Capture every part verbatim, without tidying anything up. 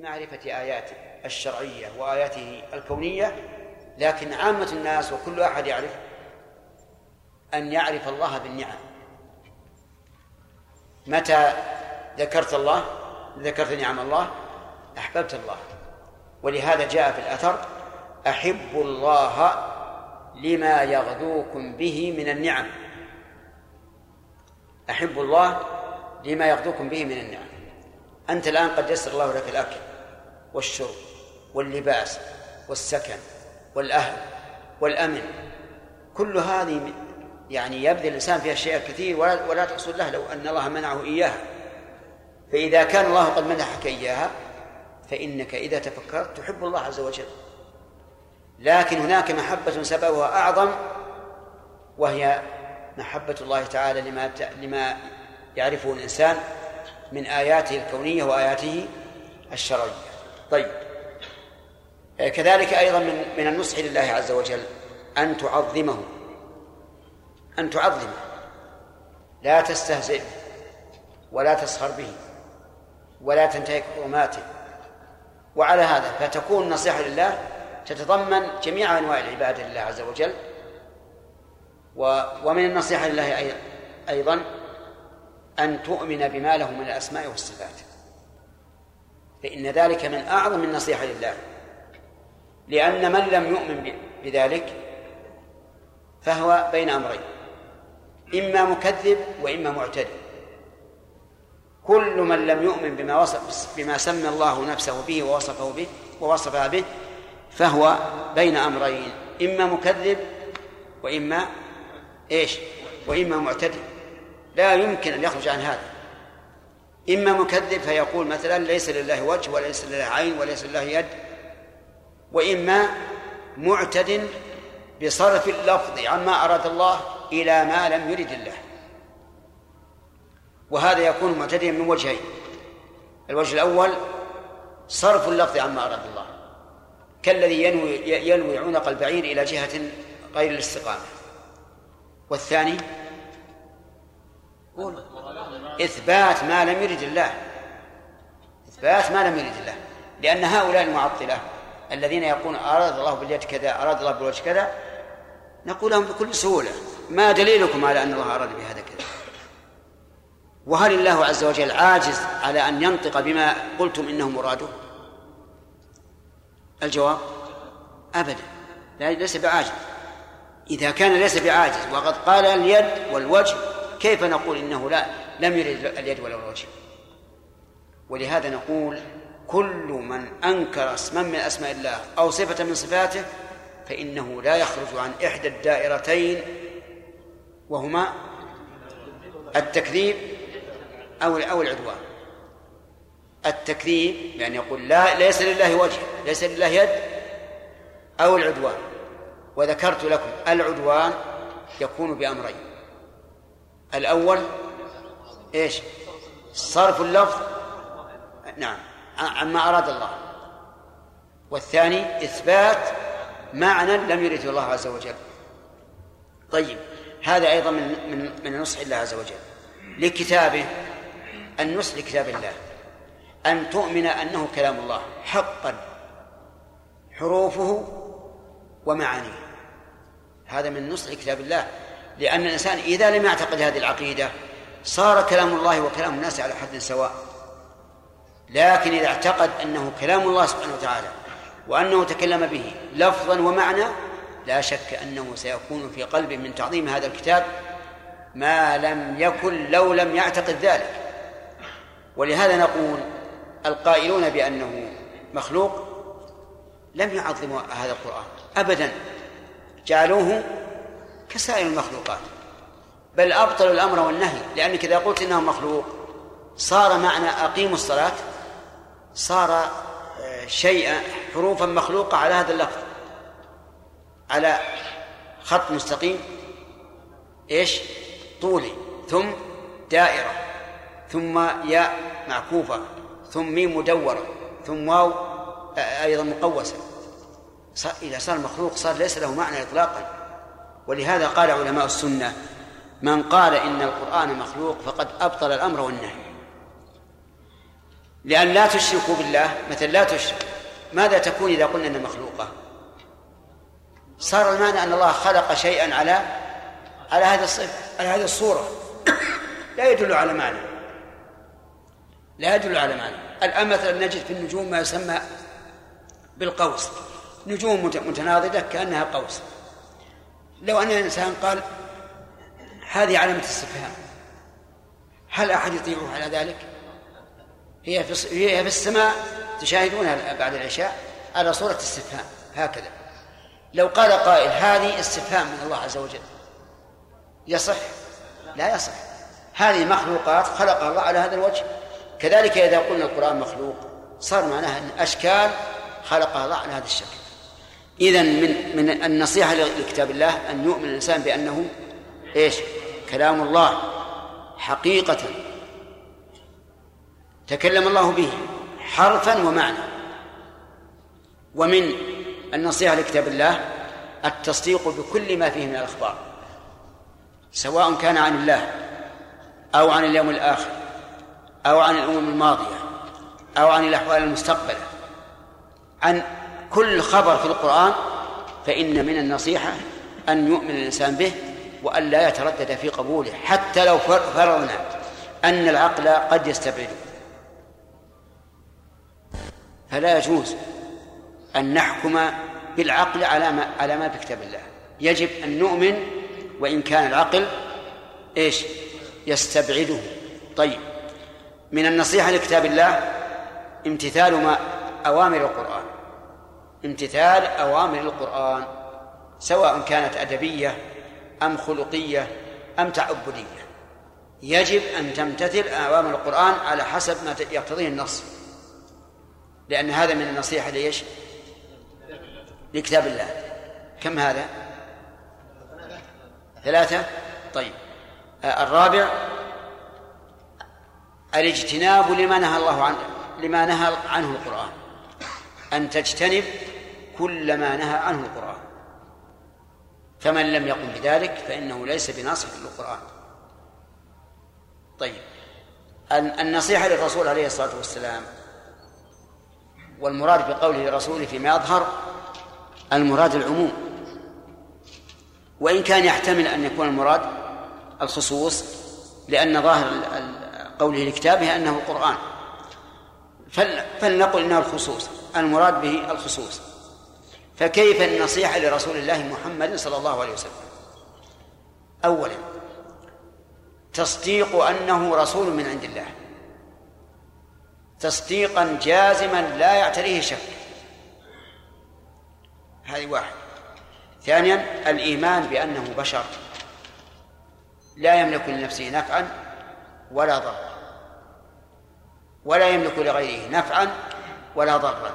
بمعرفة آياته الشرعية وآياته الكونية، لكن عامة الناس وكل أحد يعرف أن يعرف الله بالنعم. متى ذكرت الله ذكرت نعم الله أحببت الله. ولهذا جاء في الأثر: أحبوا الله لما يغدوكم به من النعم. أحبوا الله لما يغدوكم به من النعم. أنت الآن قد يسر الله لك الأكل والشرب واللباس والسكن والأهل والأمن، كل هذه يعني يبذل الإنسان فيها شيء كثير ولا, ولا تحصل له لو أن الله منعه إياها. فإذا كان الله قد منحك إياها فإنك إذا تفكرت تحب الله عز وجل. لكن هناك محبة سببها أعظم، وهي محبة الله تعالى لما لما يعرفه الإنسان من آياته الكونية وآياته الشرعية. طيب، كذلك أيضا من من النصح لله عز وجل أن تعظمه، أن تعظمه، لا تستهزئ ولا تسخر به ولا تنتهك حرماته. وعلى هذا فتكون نصيحة لله تتضمن جميع أنواع العبادة لله عز وجل. ومن النصيحة لله أيضا أن تؤمن بما له من الأسماء والصفات، فإن ذلك من أعظم النصيحة لله، لأن من لم يؤمن بذلك فهو بين أمرين: إما مكذب وإما معتدل. كل من لم يؤمن بما وصف بما سمى الله نفسه به ووصفه به ووصفها به فهو بين أمرين: إما مكذب وإما إيش وإما معتدل. لا يمكن أن يخرج عن هذا. إما مكذب فيقول مثلا ليس لله وجه وليس لله عين وليس لله يد، وإما معتد بصرف اللفظ عما أراد الله إلى ما لم يرد الله. وهذا يكون معتديا من وجهين: الوجه الأول صرف اللفظ عما أراد الله، كالذي ينوي, ينوي عنق البعير إلى جهة غير الاستقامة. والثاني إثبات ما لم يرد الله، إثبات ما لم يرد الله. لأن هؤلاء المعطلة الذين يقولون أراد الله باليد كذا أراد الله بالوجه كذا، نقول لهم بكل سهولة: ما دليلكم على أن الله أراد بهذا كذا؟ وهل الله عز وجل عاجز على أن ينطق بما قلتم إنه مراده؟ الجواب: أبدا، لا، ليس بعاجز. إذا كان ليس بعاجز وقد قال اليد والوجه، كيف نقول إنه لا لم يرد اليد ولا الوجه؟ ولهذا نقول: كل من أنكر اسما من أسماء الله أو صفة من صفاته فإنه لا يخرج عن إحدى الدائرتين، وهما التكذيب أو أو العدوان. التكذيب يعني يقول لا ليس لله وجه ليس لله يد، أو العدوان. وذكرت لكم العدوان يكون بأمرين: الأول إيش؟ صرف اللفظ نعم عما أراد الله، والثاني إثبات معنى لم يرده الله عز وجل. طيب، هذا أيضا من من من نصح الله عز وجل لكتابه. النصح لكتاب الله أن تؤمن أنه كلام الله حقا، حروفه ومعانيه. هذا من نصح كتاب الله، لأن الإنسان إذا لم يعتقد هذه العقيدة صار كلام الله وكلام الناس على حد سواء. لكن إذا اعتقد أنه كلام الله سبحانه وتعالى وأنه تكلم به لفظا ومعنى، لا شك أنه سيكون في قلب من تعظيم هذا الكتاب ما لم يكن لو لم يعتقد ذلك. ولهذا نقول: القائلون بأنه مخلوق لم يعظموا هذا القرآن أبدا، جعلوه كسائر المخلوقات، بل أبطلوا الأمر والنهي. لأنك إذا قلت إنه مخلوق صار معنى أقيموا الصلاة صار شيئا حروفا مخلوقة على هذا اللفظ، على خط مستقيم إيش طولي، ثم دائرة، ثم ياء معكوفة، ثم ميم مدورة، ثم واو أيضا مقوسة. إذا صار مخلوق صار ليس له معنى إطلاقا. ولهذا قال علماء السنة: من قال إن القرآن مخلوق فقد أبطل الأمر والنهي. لأن لا تشركوا بالله، مثل لا تشرك، ماذا تكون إذا قلنا أنها مخلوقة؟ صار المعنى أن الله خلق شيئا على على هذا الصفة، على هذه الصورة، لا يدل على معنى، لا يدل على معنى. الآن مثلا نجد في النجوم ما يسمى بالقوس، نجوم متناظرة كأنها قوس. لو أن الإنسان قال هذه علامة استفهام، هل أحد يطيعه على ذلك؟ هي في هي في السماء تشاهدونها بعد العشاء على صورة استفهام هكذا. لو قال قائل هذه استفهام من الله عز وجل يصح؟ لا يصح. هذه مخلوقات خلقها الله على هذا الوجه. كذلك إذا قلنا القرآن مخلوق صار معناها أن أشكال خلقها الله على هذا الشكل. إذن من من النصيحة لكتاب الله أن يؤمن الإنسان بأنه إيش؟ كلام الله حقيقة تكلم الله به حرفا ومعنى. ومن النصيحة لكتاب الله التصديق بكل ما فيه من الأخبار، سواء كان عن الله أو عن اليوم الآخر أو عن الأمم الماضية أو عن الأحوال المستقبلة، عن كل خبر في القرآن، فإن من النصيحة أن يؤمن الإنسان به وأن لا يتردد في قبوله، حتى لو فرضنا أن العقل قد يستبعده، فلا يجوز أن نحكم بالعقل على ما على ما في كتاب الله. يجب أن نؤمن وإن كان العقل إيش يستبعده. طيب، من النصيحة لكتاب الله امتثال ما أوامر القرآن، امتثال أوامر القرآن سواء كانت أدبية أم خلقية أم تعبدية، يجب أن تمتثل أوامر القرآن على حسب ما يقتضيه النص، لأن هذا من النصيحة ليش؟ لكتاب الله. كم هذا؟ ثلاثة. طيب، آه الرابع الاجتناب لما نهى الله عنه، لما نهى عنه القرآن، أن تجتنب كل ما نهى عنه القرآن، فمن لم يقم بذلك فإنه ليس بناصح للقرآن. طيب، النصيحة للرسول عليه الصلاة والسلام، والمراد بقوله لرسوله فيما يظهر المراد العموم، وإن كان يحتمل أن يكون المراد الخصوص، لأن ظاهر قوله لكتابه أنه القرآن، فلنقل إنه الخصوص، المراد به الخصوص. فكيف النصيحة لرسول الله محمد صلى الله عليه وسلم؟ أولا تصديق أنه رسول من عند الله تصديقا جازما لا يعتريه شك، هذه واحد. ثانيا الإيمان بأنه بشر لا يملك لنفسه نفعا ولا ضرا، ولا يملك لغيره نفعا ولا ضرا،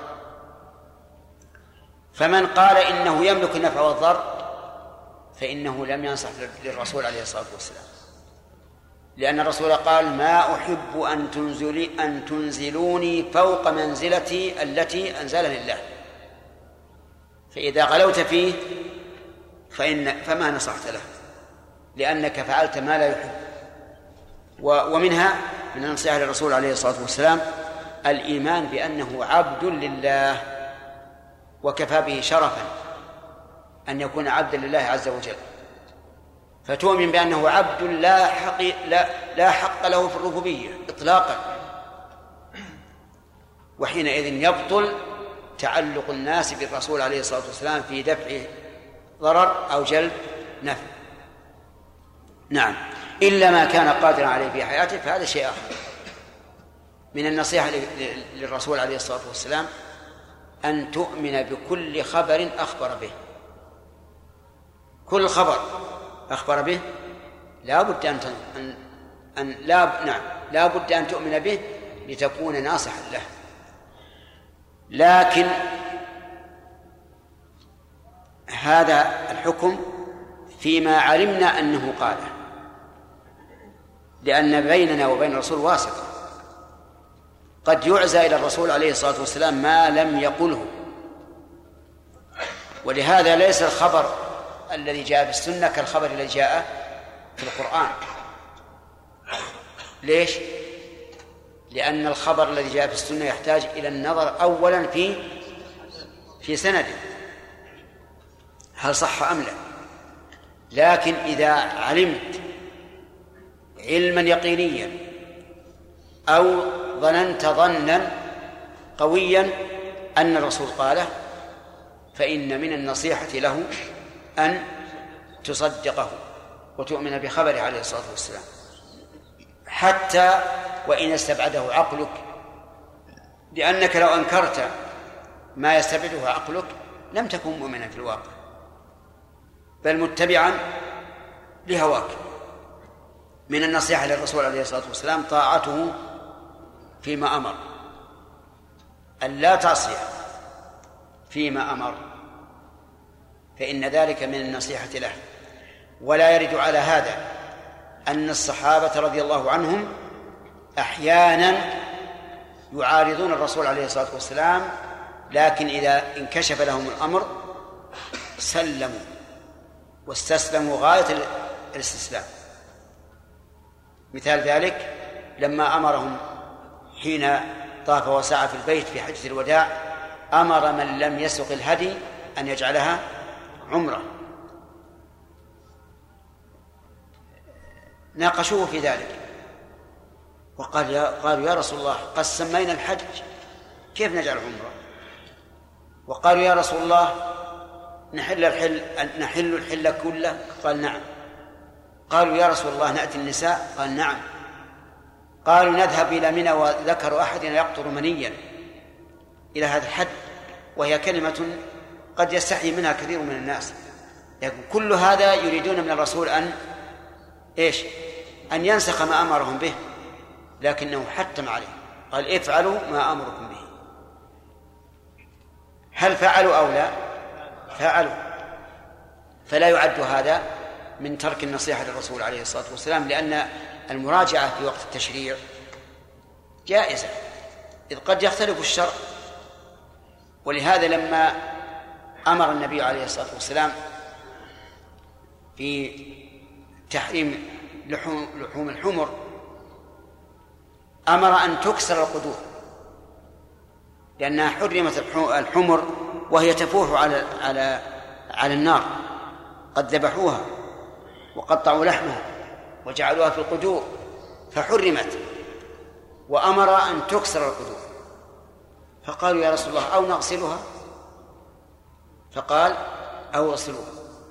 فمن قال إنه يملك النفع والضر فإنه لم ينصح للرسول عليه الصلاة والسلام، لأن الرسول قال ما أحب أن تنزلي أن تنزلوني فوق منزلتي التي أنزلني الله، فإذا غلوت فيه فإن فما نصحت له، لأنك فعلت ما لا يحب. ومنها من النصيحة للرسول عليه الصلاة والسلام الإيمان بأنه عبد لله، وكفى به شرفا أن يكون عبدا لله عز وجل، فتؤمن بأنه عبد لا حق لا لا حق له في الربوبية إطلاقا، وحينئذ يبطل تعلق الناس بالرسول عليه الصلاة والسلام في دفع ضرر أو جلب نفع. نعم، إلا ما كان قادرا عليه في حياته فهذا شيء آخر. من النصيحة للرسول عليه الصلاة والسلام أن تؤمن بكل خبر أخبر به، كل خبر أخبر به لا بد أن أن, أن لا نعم لا بد أن تؤمن به لتكون ناصحا له. لكن هذا الحكم فيما علمنا أنه قاله، لأن بيننا وبين الرسول واسطة، قد يعزى إلى الرسول عليه الصلاة والسلام ما لم يقله، ولهذا ليس الخبر الذي جاء في السنة كالخبر الذي جاء في القرآن. ليش؟ لأن الخبر الذي جاء في السنة يحتاج إلى النظر أولا في في سنده هل صح أم لا. لكن إذا علمت علما يقينيا أو ظننت ظنا قويا أن الرسول قاله فإن من النصيحة له أن تصدقه وتؤمن بخبره عليه الصلاة والسلام، حتى وإن استبعده عقلك، لأنك لو أنكرت ما يستبعده عقلك لم تكن مؤمنا في الواقع بل متبعا لهواك. من النصيحة للرسول عليه الصلاة والسلام طاعته فيما أمر، أن لا تعصي فيما أمر، فإن ذلك من النصيحة له. ولا يرد على هذا أن الصحابة رضي الله عنهم أحيانا يعارضون الرسول عليه الصلاة والسلام، لكن إذا انكشف لهم الأمر سلموا واستسلموا غاية الاستسلام. مثال ذلك لما أمرهم حين طاف وسعى في البيت في حجة الوداع، أمر من لم يسق الهدي أن يجعلها عمرة، ناقشوه في ذلك وقال يا قالوا يا رسول الله قد سمينا الحج كيف نجعل عمرة؟ وقالوا يا رسول الله نحل الحل نحل الحل كله؟ قال نعم. قالوا يا رسول الله نأتي النساء؟ قال نعم. قالوا نذهب إلى منى وذكر أحدنا يقطر منيا إلى هذا الحد، وهي كلمة قد يستحي منها كثير من الناس. يعني كل هذا يريدون من الرسول أن إيش؟ أن ينسخ ما أمرهم به، لكنه حتم عليه قال افعلوا ما أمركم به. هل فعلوا أو لا؟ فعلوا. فلا يعد هذا من ترك النصيحة للرسول عليه الصلاة والسلام، لأن المراجعة في وقت التشريع جائزة، إذ قد يختلف الشرع. ولهذا لما أمر النبي عليه الصلاة والسلام في تحريم لحوم الحمر أمر أن تكسر القدور، لأنها حرمت الحمر وهي تفوح على على على النار، قد ذبحوها وقطعوا لحمها وجعلوها في القدور فحرمت، وأمر أن تكسر القدور. فقالوا يا رسول الله أو نغسلها؟ فقال أو اغسلوها.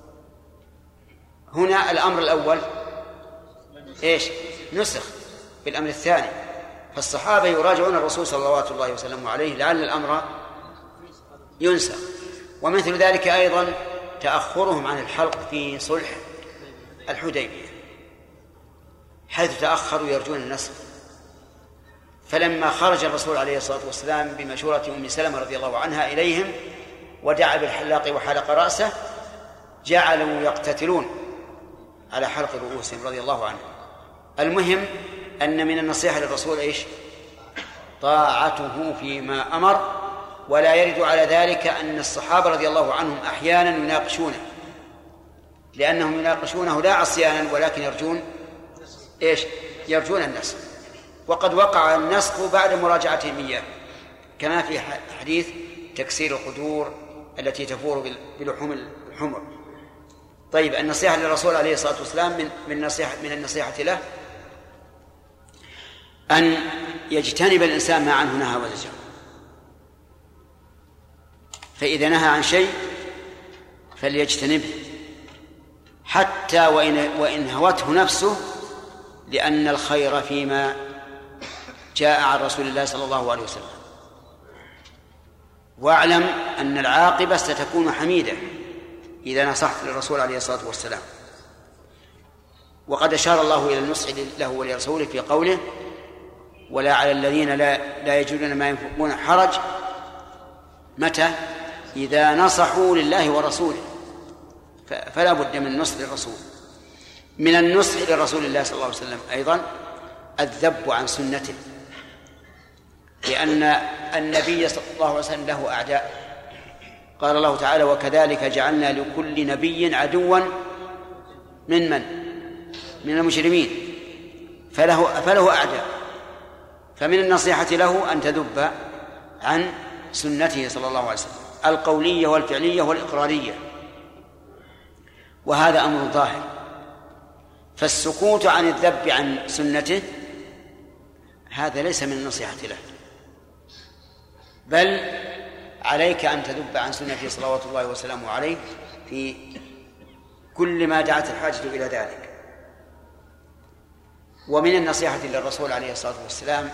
هنا الأمر الأول إيش؟ نسخ بالأمر الثاني، فالصحابة يراجعون الرسول صلى الله عليه وسلم عليه لعل الأمر ينسخ. ومثل ذلك أيضا تأخرهم عن الحلق في صلح الحديبية، حيث تأخروا يرجون النسخ. فلما خرج الرسول عليه الصلاة والسلام بمشورة أم سلمة رضي الله عنها إليهم ودعا بالحلاق وحلق رأسه، جعلوا يقتتلون على حلق رؤوسهم رضي الله عنهم. المهم أن من النصيحة للرسول إيش؟ طاعته فيما أمر. ولا يرد على ذلك أن الصحابة رضي الله عنهم أحيانا يناقشونه، لأنهم يناقشونه لا عصيانا ولكن يرجون إيش؟ يرجون النسخ. وقد وقع النسخ بعد مراجعتهم إياه، كما في حديث تكسير القدور التي تفور بلحوم الحمر. طيب، النصيحة للرسول عليه الصلاة والسلام من من النصيحة من النصيحة له أن يجتنب الإنسان ما عنه نهى وزجر. فإذا نهى عن شيء فليجتنبه حتى وإن وإن هوته نفسه، لأن الخير فيما جاء عن رسول الله صلى الله عليه وسلم. واعلم أن العاقبة ستكون حميدة إذا نصحت للرسول عليه الصلاة والسلام. وقد أشار الله إلى النصح له ولرسوله في قوله: ولا على الذين لا, لا يجدون ما ينفقون حرج. متى؟ إذا نصحوا لله ورسوله، فلا بد من النصح للرسول. من النصح لرسول الله صلى الله عليه وسلم أيضا الذب عن سنته، لأن النبي صلى الله عليه وسلم له أعداء. قال الله تعالى: وكذلك جعلنا لكل نبي عدوا من من من المجرمين، فله, فله أعداء. فمن النصيحة له أن تذب عن سنته صلى الله عليه وسلم القولية والفعلية والإقرارية، وهذا أمر ظاهر. فالسكوت عن الذب عن سنته هذا ليس من النصيحة له، بل عليك أن تذب عن سنته صلوات الله وسلامه عليه في كل ما دعت الحاجة إلى ذلك. ومن النصيحة للرسول عليه الصلاة والسلام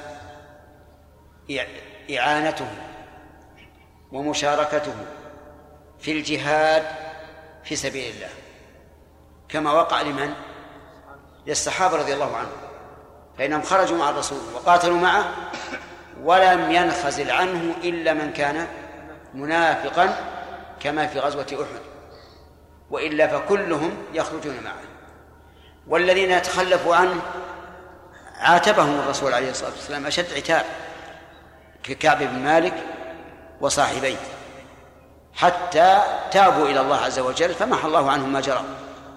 إعانته ومشاركته في الجهاد في سبيل الله، كما وقع لمن؟ للصحابة رضي الله عنهم، فإنهم خرجوا مع الرسول وقاتلوا معه ولم ينخزل عنه إلا من كان منافقا كما في غزوة أحد، وإلا فكلهم يخرجون معه. والذين يتخلفوا عنه عاتبهم الرسول عليه الصلاة والسلام أشد عتاب، ككعب بن مالك وصاحبيه، حتى تابوا إلى الله عز وجل فمحى الله عنهم ما جرى.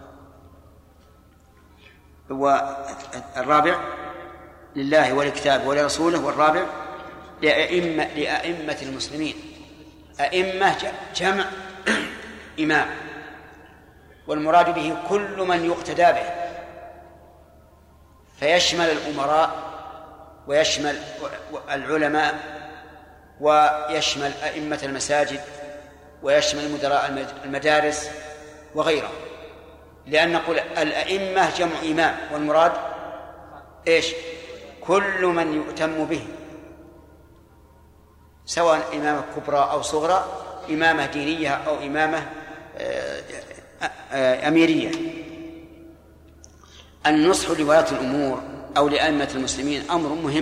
والرابع لله ولكتابه ولرسوله، والرابع لأئمة, لأئمة المسلمين. أئمة جمع إمام، والمراد به كل من يقتدى به، فيشمل الأمراء ويشمل العلماء ويشمل أئمة المساجد ويشمل مدراء المدارس وغيره، لأن نقول الأئمة جمع إمام، والمراد إيش؟ كل من يؤتم به، سواء إمامة كبرى أو صغرى، إمامة دينية أو إمامة أميرية. النصح لولاة الأمور أو لأئمة المسلمين أمر مهم،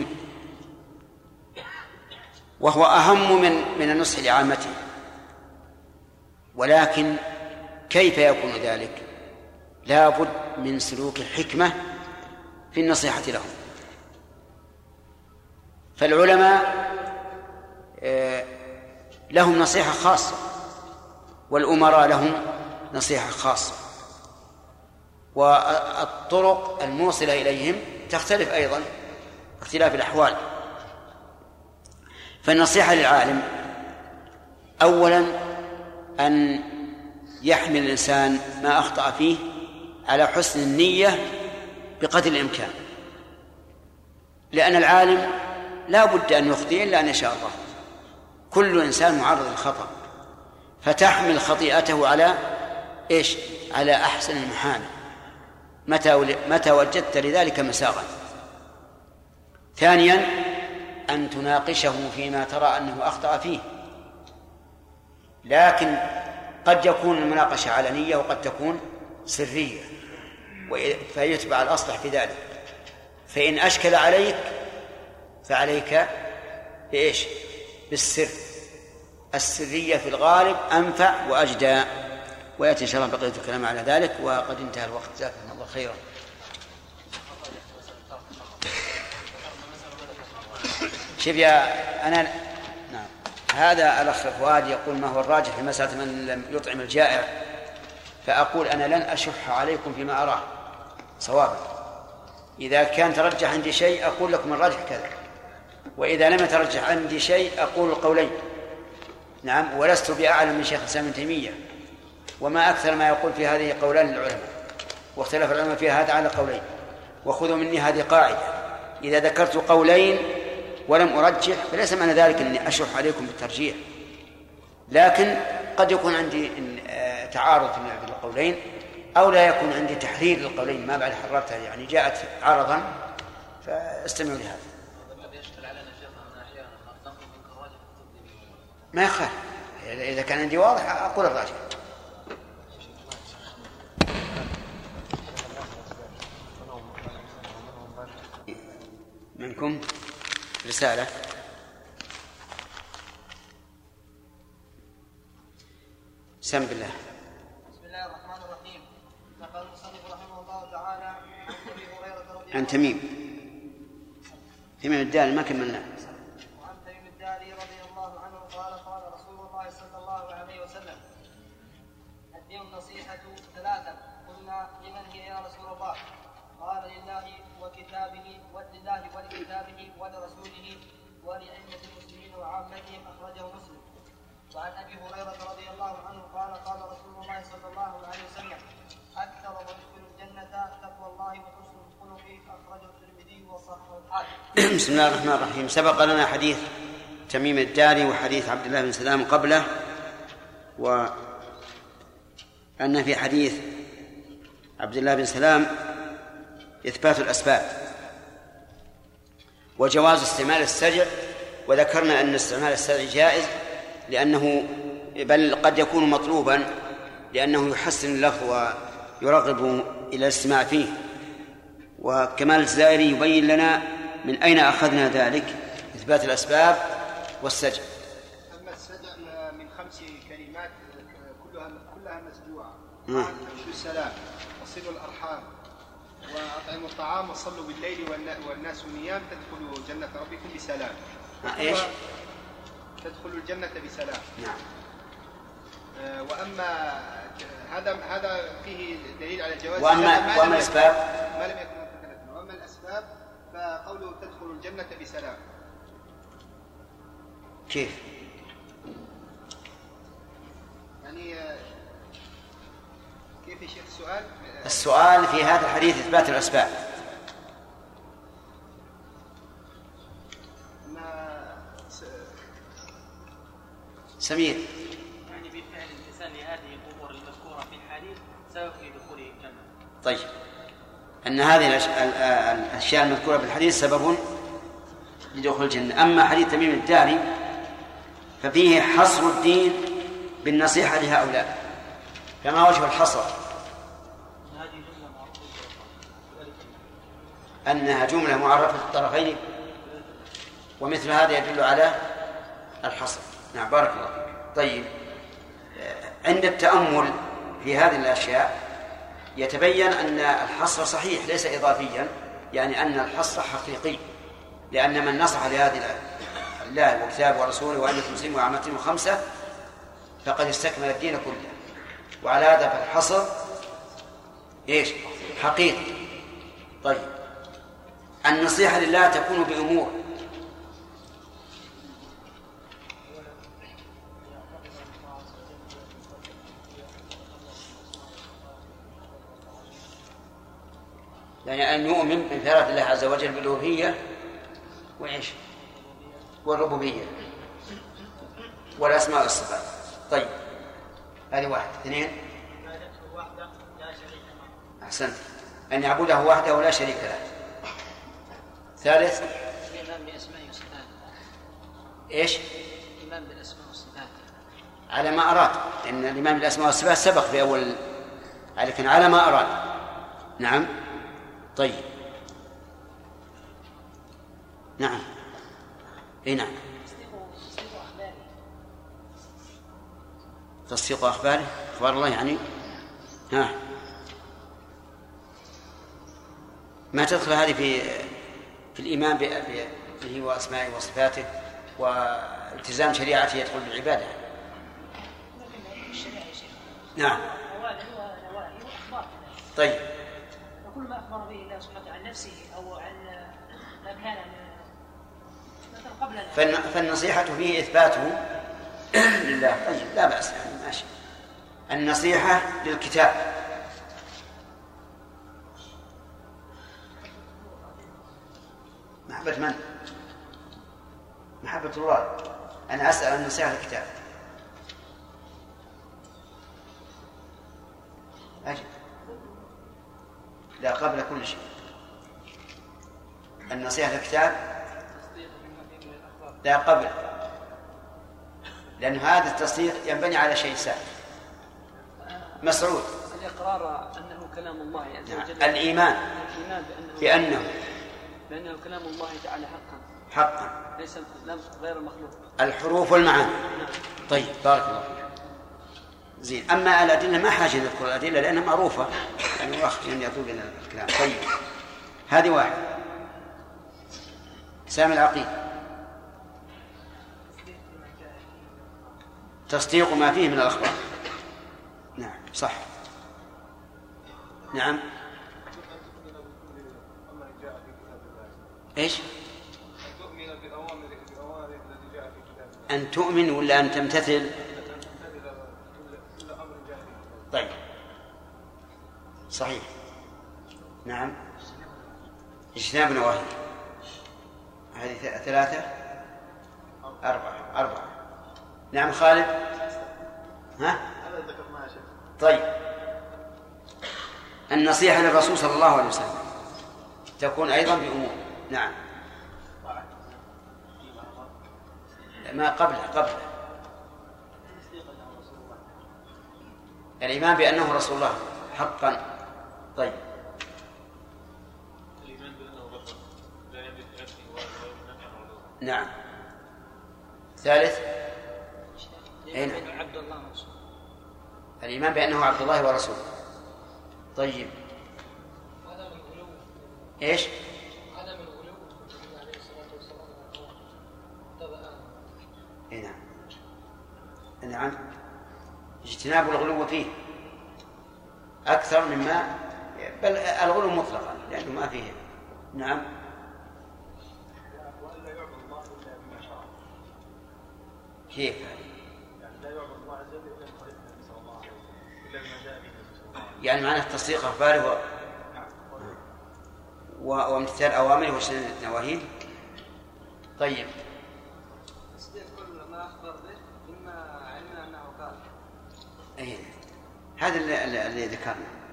وهو أهم من من النصح لعامته. ولكن كيف يكون ذلك؟ لا بد من سلوك الحكمة في النصيحة لهم. فالعلماء لهم نصيحة خاصة، والأمراء لهم نصيحة خاصة، والطرق الموصلة إليهم تختلف أيضا اختلاف الأحوال. فالنصيحة للعالم أولا أن يحمل الإنسان ما أخطأ فيه على حسن النية بقدر الإمكان، لأن العالم لا بد أن يخطئ إلا أن يشاء الله، كل إنسان معرض للخطأ، فتحمل خطيئته على إيش؟ على أحسن المحامل متى متى وجدت لذلك مساغا. ثانيا أن تناقشه فيما ترى أنه أخطأ فيه، لكن قد يكون المناقشة علنية وقد تكون سرية، فيتبع الأصلح في ذلك. فإن أشكل عليك فعليك بإيش؟ بالسر. السرية في الغالب أنفع وأجدى. ويأتي إن شاء الله بقية الكلام على ذلك، وقد انتهى الوقت، جزاكم الله خيرا. شوف يا أنا نعم هذا الأخ فؤاد يقول ما هو الراجح في مسألة من لم يطعم الجائع، فأقول أنا لن أشح عليكم فيما أراه صوابا. إذا كان ترجح عندي شيء أقول لكم الراجح كذا، وإذا لم يترجح عندي شيء أقول القولين. نعم، ولست بأعلم من شيخ الإسلام ابن تيمية، وما أكثر ما يقول في هذه قولان للعلماء، واختلف العلماء في هذا على قولين. وخذوا مني هذه قاعدة: إذا ذكرت قولين ولم أرجح فليس معنى ذلك أني أشح عليكم بالترجيح، لكن قد يكون عندي تعارض في القولين، أو لا يكون عندي تحرير للقولين ما بعد حررتها، يعني جاءت عرضا فاستمعوا لهذا. ما يخالف، إذا كان عندي واضح أقول الراجح. منكم رسالة. سم بالله. بسم الله الرحمن الرحيم. نقل المصنف رحمه الله تعالى عن ابي هريره رضي عن تميم تميم الداري ما كملنا. وعن تميم الداري رضي الله عنه قال قال رسول الله صلى الله عليه وسلم: الدين النصيحة ثلاثة. قلنا: لمن هي يا رسول الله؟ قال لله وكتابه ولله ولكتابه ولرسوله ولأئمة المسلمين وعامتهم أخرجه مسلم. وعن أبي هريرة رضي الله عنه قال قال رسول الله صلى الله عليه وسلم أكثر ما يدخل الجنة تقوى الله وحسن الخلق أخرجه الترمذي وصححه الحاكم. بسم الله الرحمن الرحيم. سبق لنا حديث تميم الداري وحديث عبد الله بن سلام قبله، وأن في حديث عبد الله بن سلام إثبات الأسباب وجواز استعمال السجع، وذكرنا أن استعمال السجع جائز لأنه بل قد يكون مطلوبا لأنه يحسن اللفظ ويرغب إلى الاستماع فيه. وكمال الجزائري يبين لنا من أين أخذنا ذلك إثبات الأسباب والسجع. أما السجع من خمس كلمات كلها كلها مسجوعة: أفشوا السلام وصلوا الأرحام وأطعموا الطعام وصلوا بالليل والناس نيام تدخلوا جنة ربكم بسلام. إيش؟ تدخلوا الجنة بسلام. نعم. وأما هذا هذا فيه دليل على جواز. وأما وأما الأسباب ما لم يكن متكلفا. وأما الأسباب فقوله تدخلوا الجنة بسلام. كيف؟ يعني كيف يا شيخ السؤال؟ السؤال في هذا الحديث إثبات الأسباب. سمير. يعني بالفعل الإنسان لهذه الأمور المذكورة في الحديث سبب في دخوله الجنة. طيب، أن هذه الأشياء المذكورة في الحديث سبب لدخول الجنة. أما حديث تميم الداري ففيه حصر الدين بالنصيحة لهؤلاء، فما وجه الحصر؟ أنها جملة معرفة الطرفين، ومثل هذا يدل على الحصر. نعم، بارك الله فيك. طيب، عند التأمل في هذه الأشياء يتبين أن الحصر صحيح ليس إضافيا، يعني أن الحصر حقيقي، لأن من نصح لهذه الله وكتابه ورسوله وأئمة المسلمين وعامتهم الخمسة فقد استكمل الدين كله. وعلى هذا فالحصر إيش؟ حقيقي. طيب، النصيحة لله تكون بأمور: يعني أن يؤمن بانفراد الله عز وجل بالألوهية وإيش؟ والربوبية والأسماء والصفات. طيب، هذه واحد. اثنين، أحسنت، أن يعبده وحده لا شريك له. ثالث، الإيمان بأسماء وصفاته. إيش؟ الإيمان بالأسماء والصفات على ما أراد، إن الإيمان بالأسماء والصفات سبق في أول، لكن على ما أراد. نعم. طيب، نعم. اي نعم. تصديق أخباره، أخبار الله يعني. ها، ما تدخل هذه في في الإيمان به وأسمائه وصفاته والتزام شريعته يدخل بالعبادة. نعم. طيب، وكل ما أخبر به الله سبحانه عن نفسه أو عن ما كان مثلا قبلنا، فالنصيحة فيه إثباته لله. طيب، لا بأس، يعني ماشي. النصيحة للكتاب محبة من؟ محبة الله. أنا أسأل عن النصيحة للكتاب. أجل، لا، قبل كل شيء النصيحة للكتاب، لا قبل، لأن هذا التصديق ينبني على شيء سهل. مسعود. الإقرار أنه كلام الله عز وجل. الإيمان بأنه, بأنه بأنه كلام الله تعالى حقا حقا ليس غير المخلوق. الحروف والمعاني. طيب، بارك الله فيك. زين. أما الأدلة ما حاجة نذكر الأدلة لأنها معروفة، يعني واخر أن يطول لنا الكلام. طيب، هذه واحد. سامي العقيد. تصديق ما فيه من الأخبار. نعم، صح. نعم. إيش؟ أن تؤمن بأوامر بأوامر التي جاء في كتاب أن تؤمن ولا أن تمتثل؟ كل أمر جاء في كتاب. طيب صحيح. نعم. اجتناب نواهي. هذه ثلاثة أربعة أربعة. نعم خالد. ها؟ طيب النصيحة للرسول صلى الله عليه وسلم تكون أيضا بأمور. نعم. ما قبله قبله الإيمان بأنه رسول الله حقا. طيب نعم. ثالث أين؟ عبد الله ورسوله. الإيمان بأنه عبد الله ورسوله. طيب إيش؟ عدم الغلو عليه الصلاة والسلام. إيه نعم. نعم. اجتناب الغلو فيه أكثر مما بل الغلو مطلقا لأنه ما فيه. نعم. وألا يعبد الله إلا بما شرع. كيف؟ يعني لا يعبد الله عز وجل إلا بطريقة النبي صلى الله عليه وسلم إلا بما جاء به النبي صلى الله عليه وسلم. يعني معنى التصديق أخباره و... وامتثال أوامره واجتناب نواهيه. طيب تصديق كل ما أخبر به مما علمنا أنه قال. أي هذا اللي, اللي ذكرنا.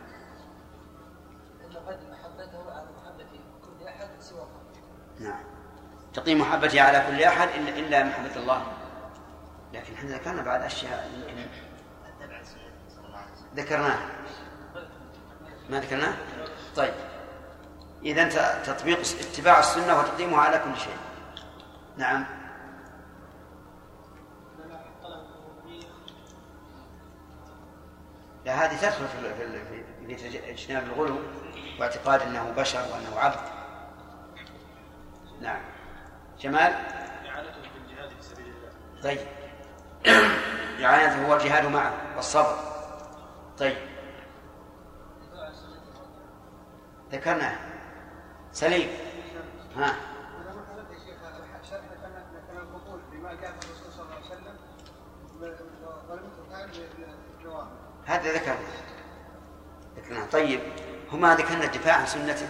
إن قد محبته على محبة كل أحد سوى. نعم. تقييم محبتي على كل أحد إلا, إلا محبة الله. لكن احنا ذكرنا بعد أشياء يمكن ذكرناها ما ذكرناه. طيب إذن تطبيق اتباع السنة وتقديمها على كل شيء. نعم. لا هذه تدخل في في اجتناب الغلو واعتقاد أنه بشر وأنه عبد. نعم. جمال. إعانته بالجهاد في سبيل الله. طيب إعانته هو الجهاد معه والصبر. طيب ذكرنا سليم. ها. أنا ما حدث يا شيخ شرح كان القبول بما جاء في الرسول صلى الله عليه وسلم ولم تكن الجواب. هذا ذكرنا ذكرنا. طيب هما ذكرنا الدفاع عن سنته.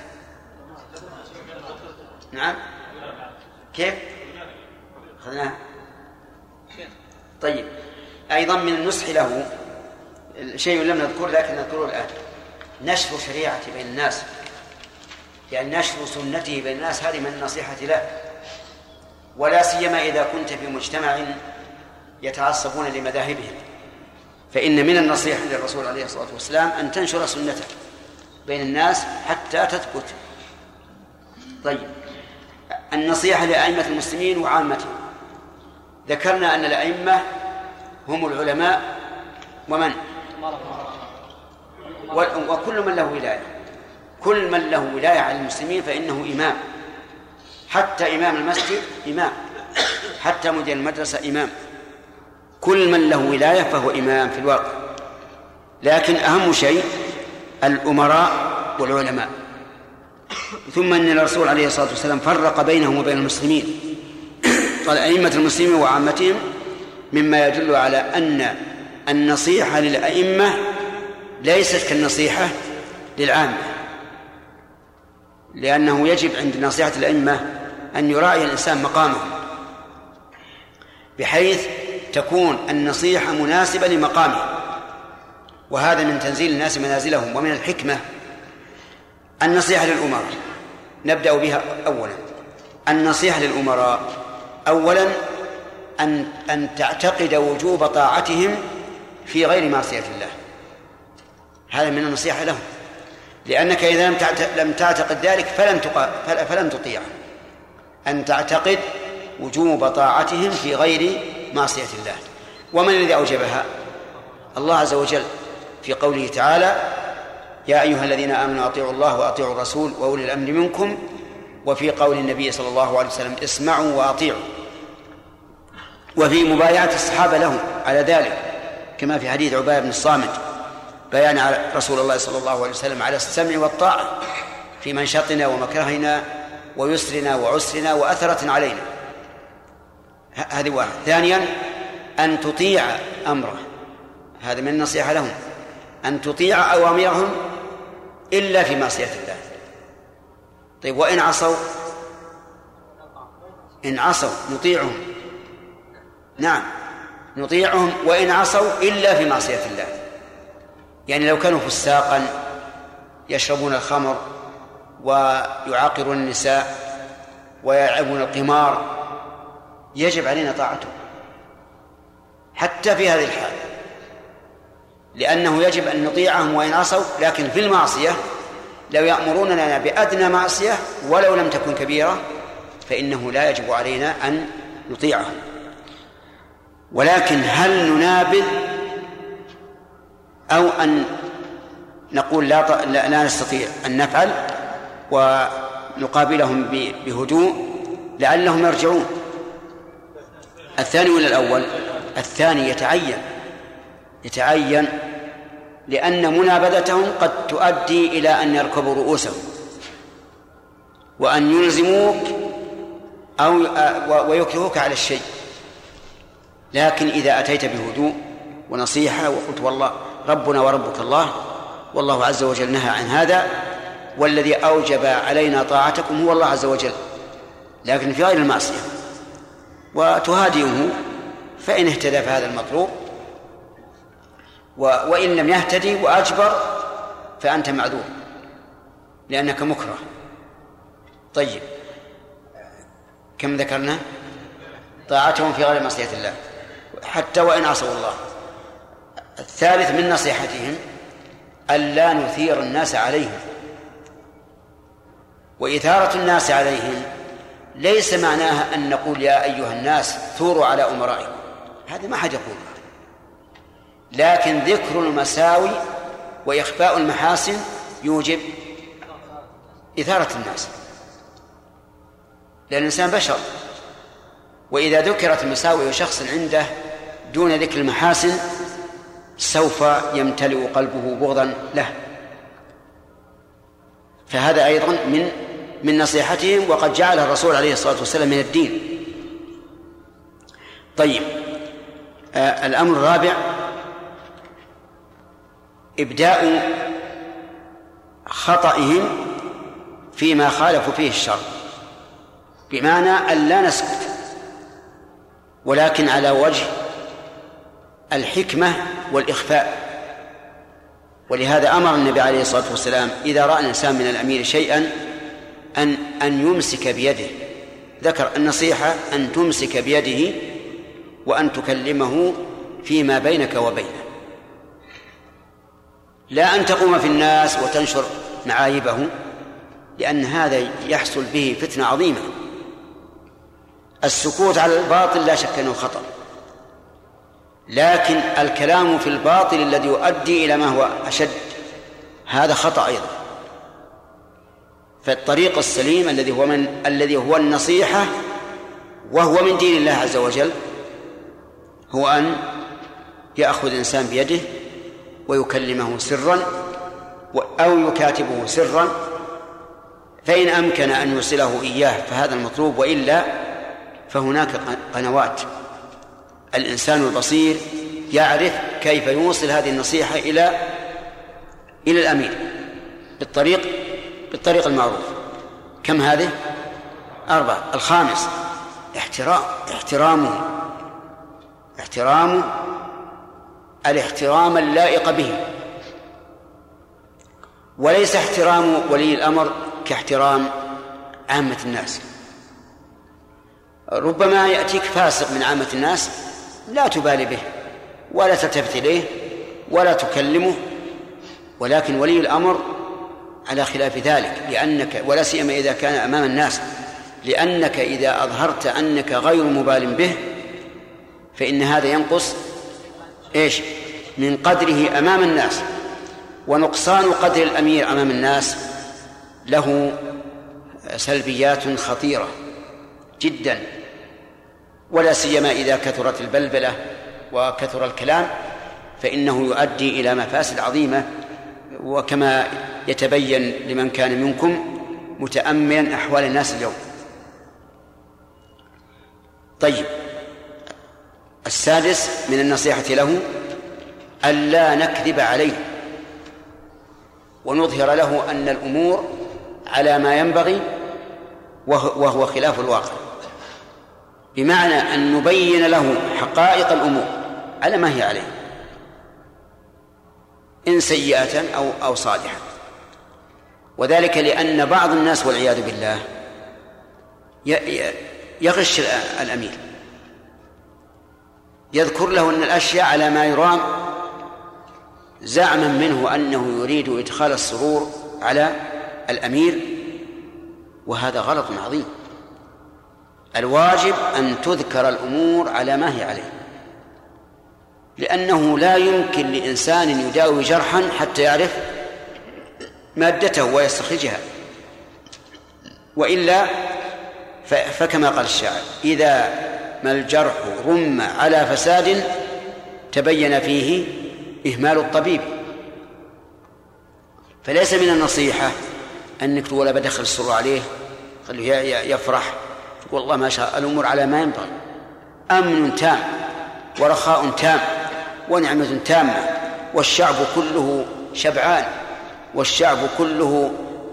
نعم. كيف أخذناه؟ طيب أيضا من النصح له شيء لم نذكر لكن نذكره الآن. نشر شريعة بين الناس يعني نشر سنته بين الناس هذه من النصيحة له. ولا سيما إذا كنت في مجتمع يتعصبون لمذاهبهم فإن من النصيحة للرسول عليه الصلاة والسلام أن تنشر سنته بين الناس حتى تثبت. طيب النصيحة لأئمة المسلمين وعامتهم. ذكرنا أن الأئمة هم العلماء ومن وكل من له ولاية. كل من له ولاية على المسلمين فإنه إمام. حتى إمام المسجد إمام. حتى مدير المدرسة إمام. كل من له ولاية فهو إمام في الواقع. لكن أهم شيء الأمراء والعلماء. ثم أن الرسول عليه الصلاة والسلام فرق بينهم وبين المسلمين. قال أئمة المسلمين وعامتهم مما يدل على أن النصيحة للأئمة ليست كالنصيحة للعامة. لأنه يجب عند نصيحة الأئمة أن يراعي الإنسان مقامهم بحيث تكون النصيحة مناسبة لمقامه. وهذا من تنزيل الناس منازلهم ومن الحكمة. النصيحة للأمراء نبدأ بها أولا. النصيحة للأمراء أولا أن أن تعتقد وجوب طاعتهم في غير معصية الله. هذا من النصيحة لهم. لأنك إذا لم تعتقد ذلك فلن فلن تطيع. أن تعتقد وجوب طاعتهم في غير معصية الله. ومن الذي أوجبها؟ الله عز وجل في قوله تعالى يا أيها الذين آمنوا أطيعوا الله وأطيعوا الرسول وأولي الأمر منكم. وفي قول النبي صلى الله عليه وسلم اسمعوا وأطيعوا. وفي مبايعة الصحابة لهم على ذلك كما في حديث عبادة بن الصامت بيان على رسول الله صلى الله عليه وسلم على السمع والطاعة في منشطنا ومكرهنا ويسرنا وعسرنا وأثرة علينا. هذه واحد. ثانيا أن تطيع أمره، هذا من النصيحة لهم، أن تطيع أوامرهم إلا في معصية الله. طيب وإن عصوا؟ إن عصوا نطيعهم، نعم نطيعهم وإن عصوا إلا في معصية الله. يعني لو كانوا فساقا يشربون الخمر ويعاقرون النساء ويلعبون القمار يجب علينا طاعتهم حتى في هذه الحال، لأنه يجب أن نطيعهم وإن عصوا. لكن في المعصية لو يأمروننا بأدنى معصية ولو لم تكن كبيرة فإنه لا يجب علينا أن نطيعهم. ولكن هل ننابذ أو أن نقول لا, ط... لا... لا نستطيع أن نفعل ونقابلهم ب... بهدوء لعلهم يرجعون؟ الثاني ولا الأول؟ الثاني يتعين يتعين لأن منابذتهم قد تؤدي إلى أن يركبوا رؤوسهم وأن يلزموك أو ويكرهوك على الشيء. لكن إذا أتيت بهدوء ونصيحة وقلت والله ربنا وربك الله والله عز وجل نهى عن هذا والذي أوجب علينا طاعتكم هو الله عز وجل، لكن في غير المعصية، وتهاديه فإن اهتدى فهذا المطلوب، وإن لم يهتدي وأجبر فأنت معذور لأنك مكره. طيب كم ذكرنا؟ طاعتهم في غير معصية الله حتى وإن عصوا الله. الثالث من نصيحتهم ألا نثير الناس عليهم. وإثارة الناس عليهم ليس معناها أن نقول يا أيها الناس ثوروا على أمرائكم، هذا ما حد يقول، لكن ذكر المساوي وإخفاء المحاسن يوجب إثارة الناس، لأن الإنسان بشر، وإذا ذكرت المساوي وشخص عنده دون ذكر المحاسن سوف يمتلئ قلبه بغضا له. فهذا أيضا من من نصيحتهم، وقد جعل الرسول عليه الصلاة والسلام من الدين. طيب آه الأمر الرابع إبداء خطئهم فيما خالفوا فيه الشر، بمعنى أن لا نسكت ولكن على وجه الحكمة والإخفاء. ولهذا أمر النبي عليه الصلاة والسلام إذا رأى الإنسان من الأمير شيئا أن أن يمسك بيده، ذكر النصيحة أن تمسك بيده وأن تكلمه فيما بينك وبينه، لا أن تقوم في الناس وتنشر معايبه، لأن هذا يحصل به فتنة عظيمة. السكوت على الباطل لا شك أنه خطأ، لكن الكلام في الباطل الذي يؤدي إلى ما هو أشد هذا خطأ أيضا. فالطريق السليم الذي هو من الذي هو النصيحة وهو من دين الله عز وجل هو أن يأخذ الإنسان بيده ويكلمه سرا أو يكاتبه سرا، فإن أمكن أن يوصله إياه فهذا المطلوب، وإلا فهناك قنوات الإنسان البصير يعرف كيف يوصل هذه النصيحة إلى إلى الأمير بالطريق بالطريق المعروف. كم هذه؟ أربعة. الخامس احترام احترامه احترامه الاحترام اللائق به، وليس احترام ولي الأمر كاحترام عامة الناس. ربما يأتيك فاسق من عامة الناس لا تبالي به ولا تلتفت إليه ولا تكلمه، ولكن ولي الأمر على خلاف ذلك، لأنك ولا سيما إذا كان أمام الناس، لأنك إذا أظهرت أنك غير مبال به فإن هذا ينقص إيش من قدره أمام الناس، ونقصان قدر الأمير أمام الناس له سلبيات خطيرة جدا، ولا سيما إذا كثرت البلبلة وكثر الكلام فإنه يؤدي إلى مفاسد عظيمة، وكما يتبين لمن كان منكم متأملا أحوال الناس اليوم. طيب، السادس من النصيحة له ألا نكذب عليه ونظهر له أن الأمور على ما ينبغي وهو خلاف الواقع، بمعنى أن نبين له حقائق الأمور على ما هي عليه، إن سيئة أو أو صالحة. وذلك لأن بعض الناس والعياذ بالله يغش الأمير، يذكر له أن الأشياء على ما يرام زعما منه أنه يريد إدخال السرور على الأمير، وهذا غلط عظيم. الواجب أن تذكر الأمور على ما هي عليه، لأنه لا يمكن لإنسان يداوي جرحا حتى يعرف مادته ويستخرجها، وإلا فكما قال الشاعر: إذا ما الجرح رم على فساد تبين فيه إهمال الطبيب. فليس من النصيحة أنك تقول بدخل السرور عليه خليه يفرح، تقول والله ما شاء الأمور على ما ينبغي، أمن تام ورخاء تام ونعمة تامة، والشعب كله شبعان، والشعب كله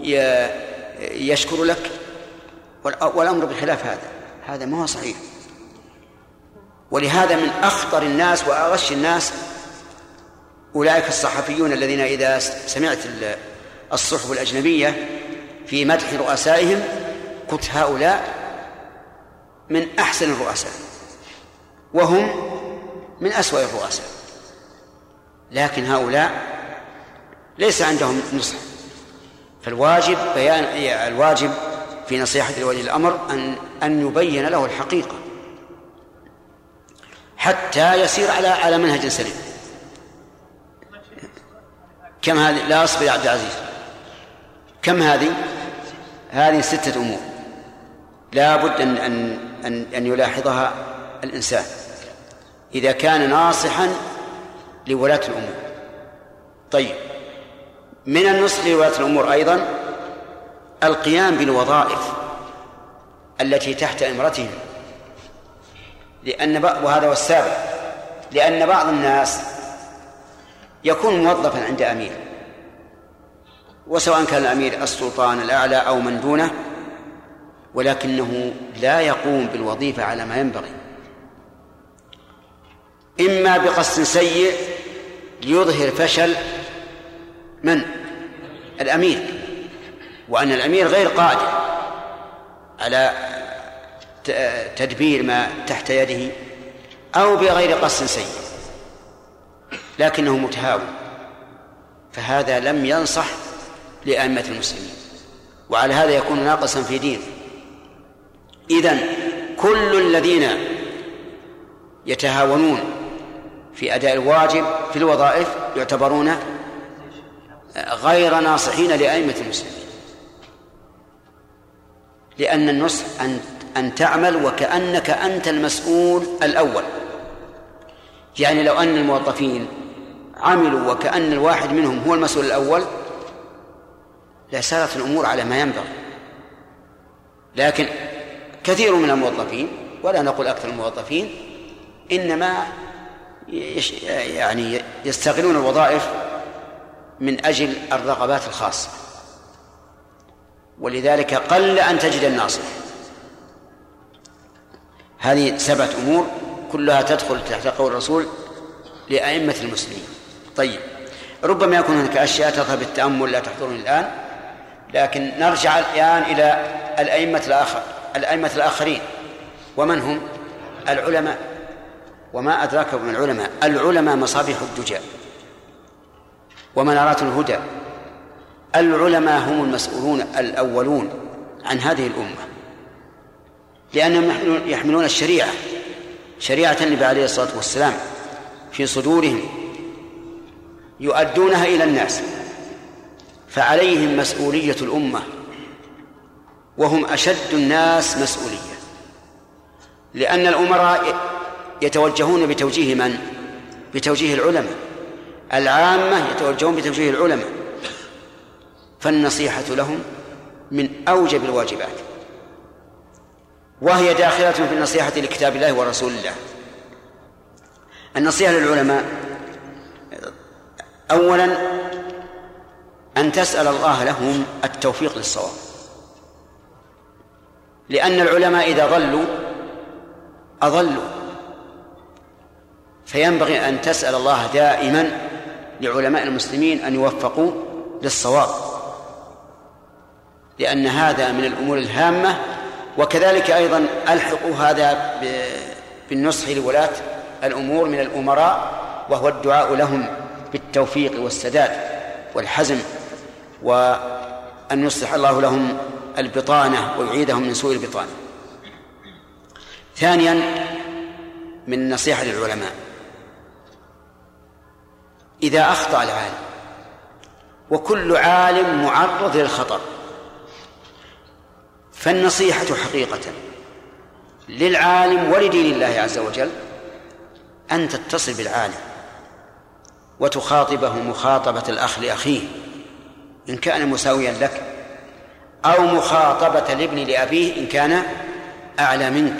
يشكر لك، والأمر بخلاف هذا. هذا ما هو صحيح. ولهذا من أخطر الناس وأغش الناس أولئك الصحفيون الذين إذا سمعت الصحف الأجنبية في مدح رؤسائهم قلت هؤلاء من أحسن الرؤساء وهم من أسوأ الرؤساء، لكن هؤلاء ليس عندهم نصح. فالواجب بيان الواجب في نصيحة ولي الأمر أن أن يبين له الحقيقة حتى يسير على على منهج سليم. كم هذه؟ لا أصبر يا عبد العزيز. كم هذه؟ هذه ستة أمور لا بد أن أن أن, أن يلاحظها الإنسان إذا كان ناصحا لولاة الأمور. طيب، من النصح لولاة الأمور أيضا القيام بالوظائف التي تحت إمرتهم، لأن وهذا هو السابق، لأن بعض الناس يكون موظفا عند أمير، وسواء كان الأمير السلطان الأعلى أو من دونه، ولكنه لا يقوم بالوظيفة على ما ينبغي، إما بقصد سيء ليظهر فشل من الأمير، وأن الأمير غير قادر على تدبير ما تحت يده، أو بغير قصد سيء لكنه متهاون، فهذا لم ينصح لأئمة المسلمين، وعلى هذا يكون ناقصا في دينه. إذن كل الذين يتهاونون في أداء الواجب في الوظائف يعتبرون غير ناصحين لأئمة المسلمين، لأن النصح أن أن تعمل وكأنك أنت المسؤول الأول. يعني لو أن الموظفين عملوا وكأن الواحد منهم هو المسؤول الأول لسارت الأمور على ما ينبغي، لكن كثير من الموظفين ولا نقول أكثر الموظفين إنما يعني يستغلون الوظائف من أجل الرغبات الخاصة، ولذلك قل أن تجد الناصح. هذه سبعة أمور كلها تدخل تحت قول الرسول لأئمة المسلمين. طيب، ربما يكون هناك أشياء تظهر بالتأمل لا تحضرني الآن، لكن نرجع الآن إلى الأئمة الآخر الأئمة الآخرين. ومن هم؟ العلماء. وما أدراك من العلماء؟ العلماء مصابيح الدجى ومنارات الهدى. العلماء هم المسؤولون الأولون عن هذه الأمة، لأنهم يحملون الشريعة، شريعة النبي عليه الصلاة والسلام في صدورهم يؤدونها إلى الناس، فعليهم مسؤولية الأمة، وهم أشد الناس مسؤولية، لأن الأمراء يتوجهون بتوجيه من؟ بتوجيه العلماء. العامة يتوجهون بتوجيه العلماء، فالنصيحة لهم من أوجب الواجبات، وهي داخلة في النصيحة لكتاب الله ورسول الله. النصيحة للعلماء أولا أن تسأل الله لهم التوفيق للصواب، لأن العلماء إذا ضلوا أضلوا، فينبغي أن تسأل الله دائما لعلماء المسلمين أن يوفقوا للصواب، لأن هذا من الأمور الهامة. وكذلك أيضا ألحقوا هذا بالنصح لولاة الأمور من الأمراء، وهو الدعاء لهم بالتوفيق والسداد والحزم، وأن يصلح الله لهم البطانة ويعيدهم من سوء البطانة. ثانيا من النصيحة للعلماء إذا أخطأ العالم، وكل عالم معرض للخطأ، فالنصيحة حقيقة للعالم ولدين الله عز وجل أن تتصل بالعالم وتخاطبه مخاطبة الأخ لأخيه إن كان مساويا لك، أو مخاطبة الابن لأبيه إن كان أعلى منك،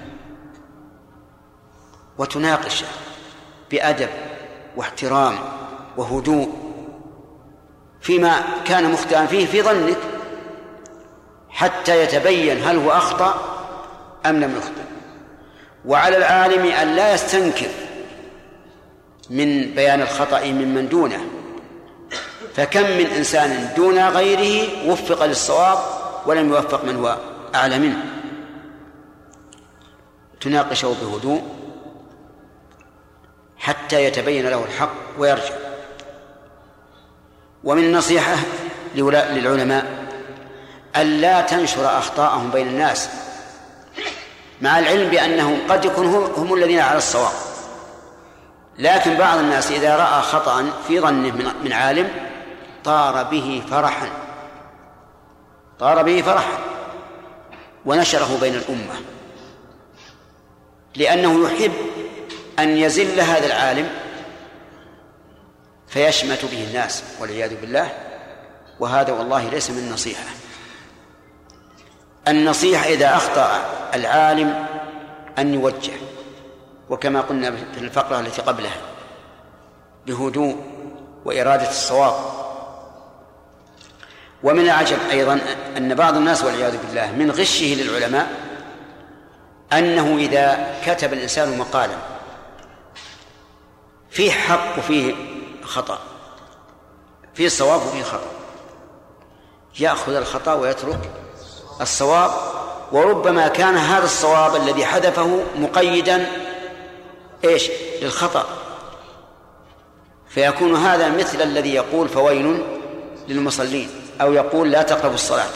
وتناقشه بأدب واحترام وهدوء فيما كان مخطئا فيه في ظنك، حتى يتبين هل هو أخطأ أم لم يخطئ. وعلى العالم أن لا يستنكر من بيان الخطأ ممن دونه، فكم من إنسان دون غيره وفق للصواب ولم يوفق من هو أعلى منه. تناقشه بهدوء حتى يتبين له الحق ويرجع. ومن النصيحة للعلماء ألا تنشر أخطاءهم بين الناس، مع العلم بأنهم قد يكونوا هم الذين على الصواب، لكن بعض الناس إذا رأى خطأ في ظنه من عالم طار به فرحا طار به فرحا ونشره بين الأمة، لأنه يحب أن يزل هذا العالم فيشمت به الناس والعياذ بالله، وهذا والله ليس من النصيحة. النصيحة إذا أخطأ العالم أن يوجه، وكما قلنا في الفقرة التي قبلها بهدوء وإرادة الصواب. ومن العجب أيضا أن بعض الناس والعياذ بالله من غشه للعلماء أنه إذا كتب الإنسان مقالا فيه حق وفيه خطأ، فيه صواب وفيه خطأ، يأخذ الخطأ ويترك الصواب، وربما كان هذا الصواب الذي حذفه مقيدا إيش للخطأ، فيكون هذا مثل الذي يقول فويل للمصلين أو يقول لا تقربوا الصلاة،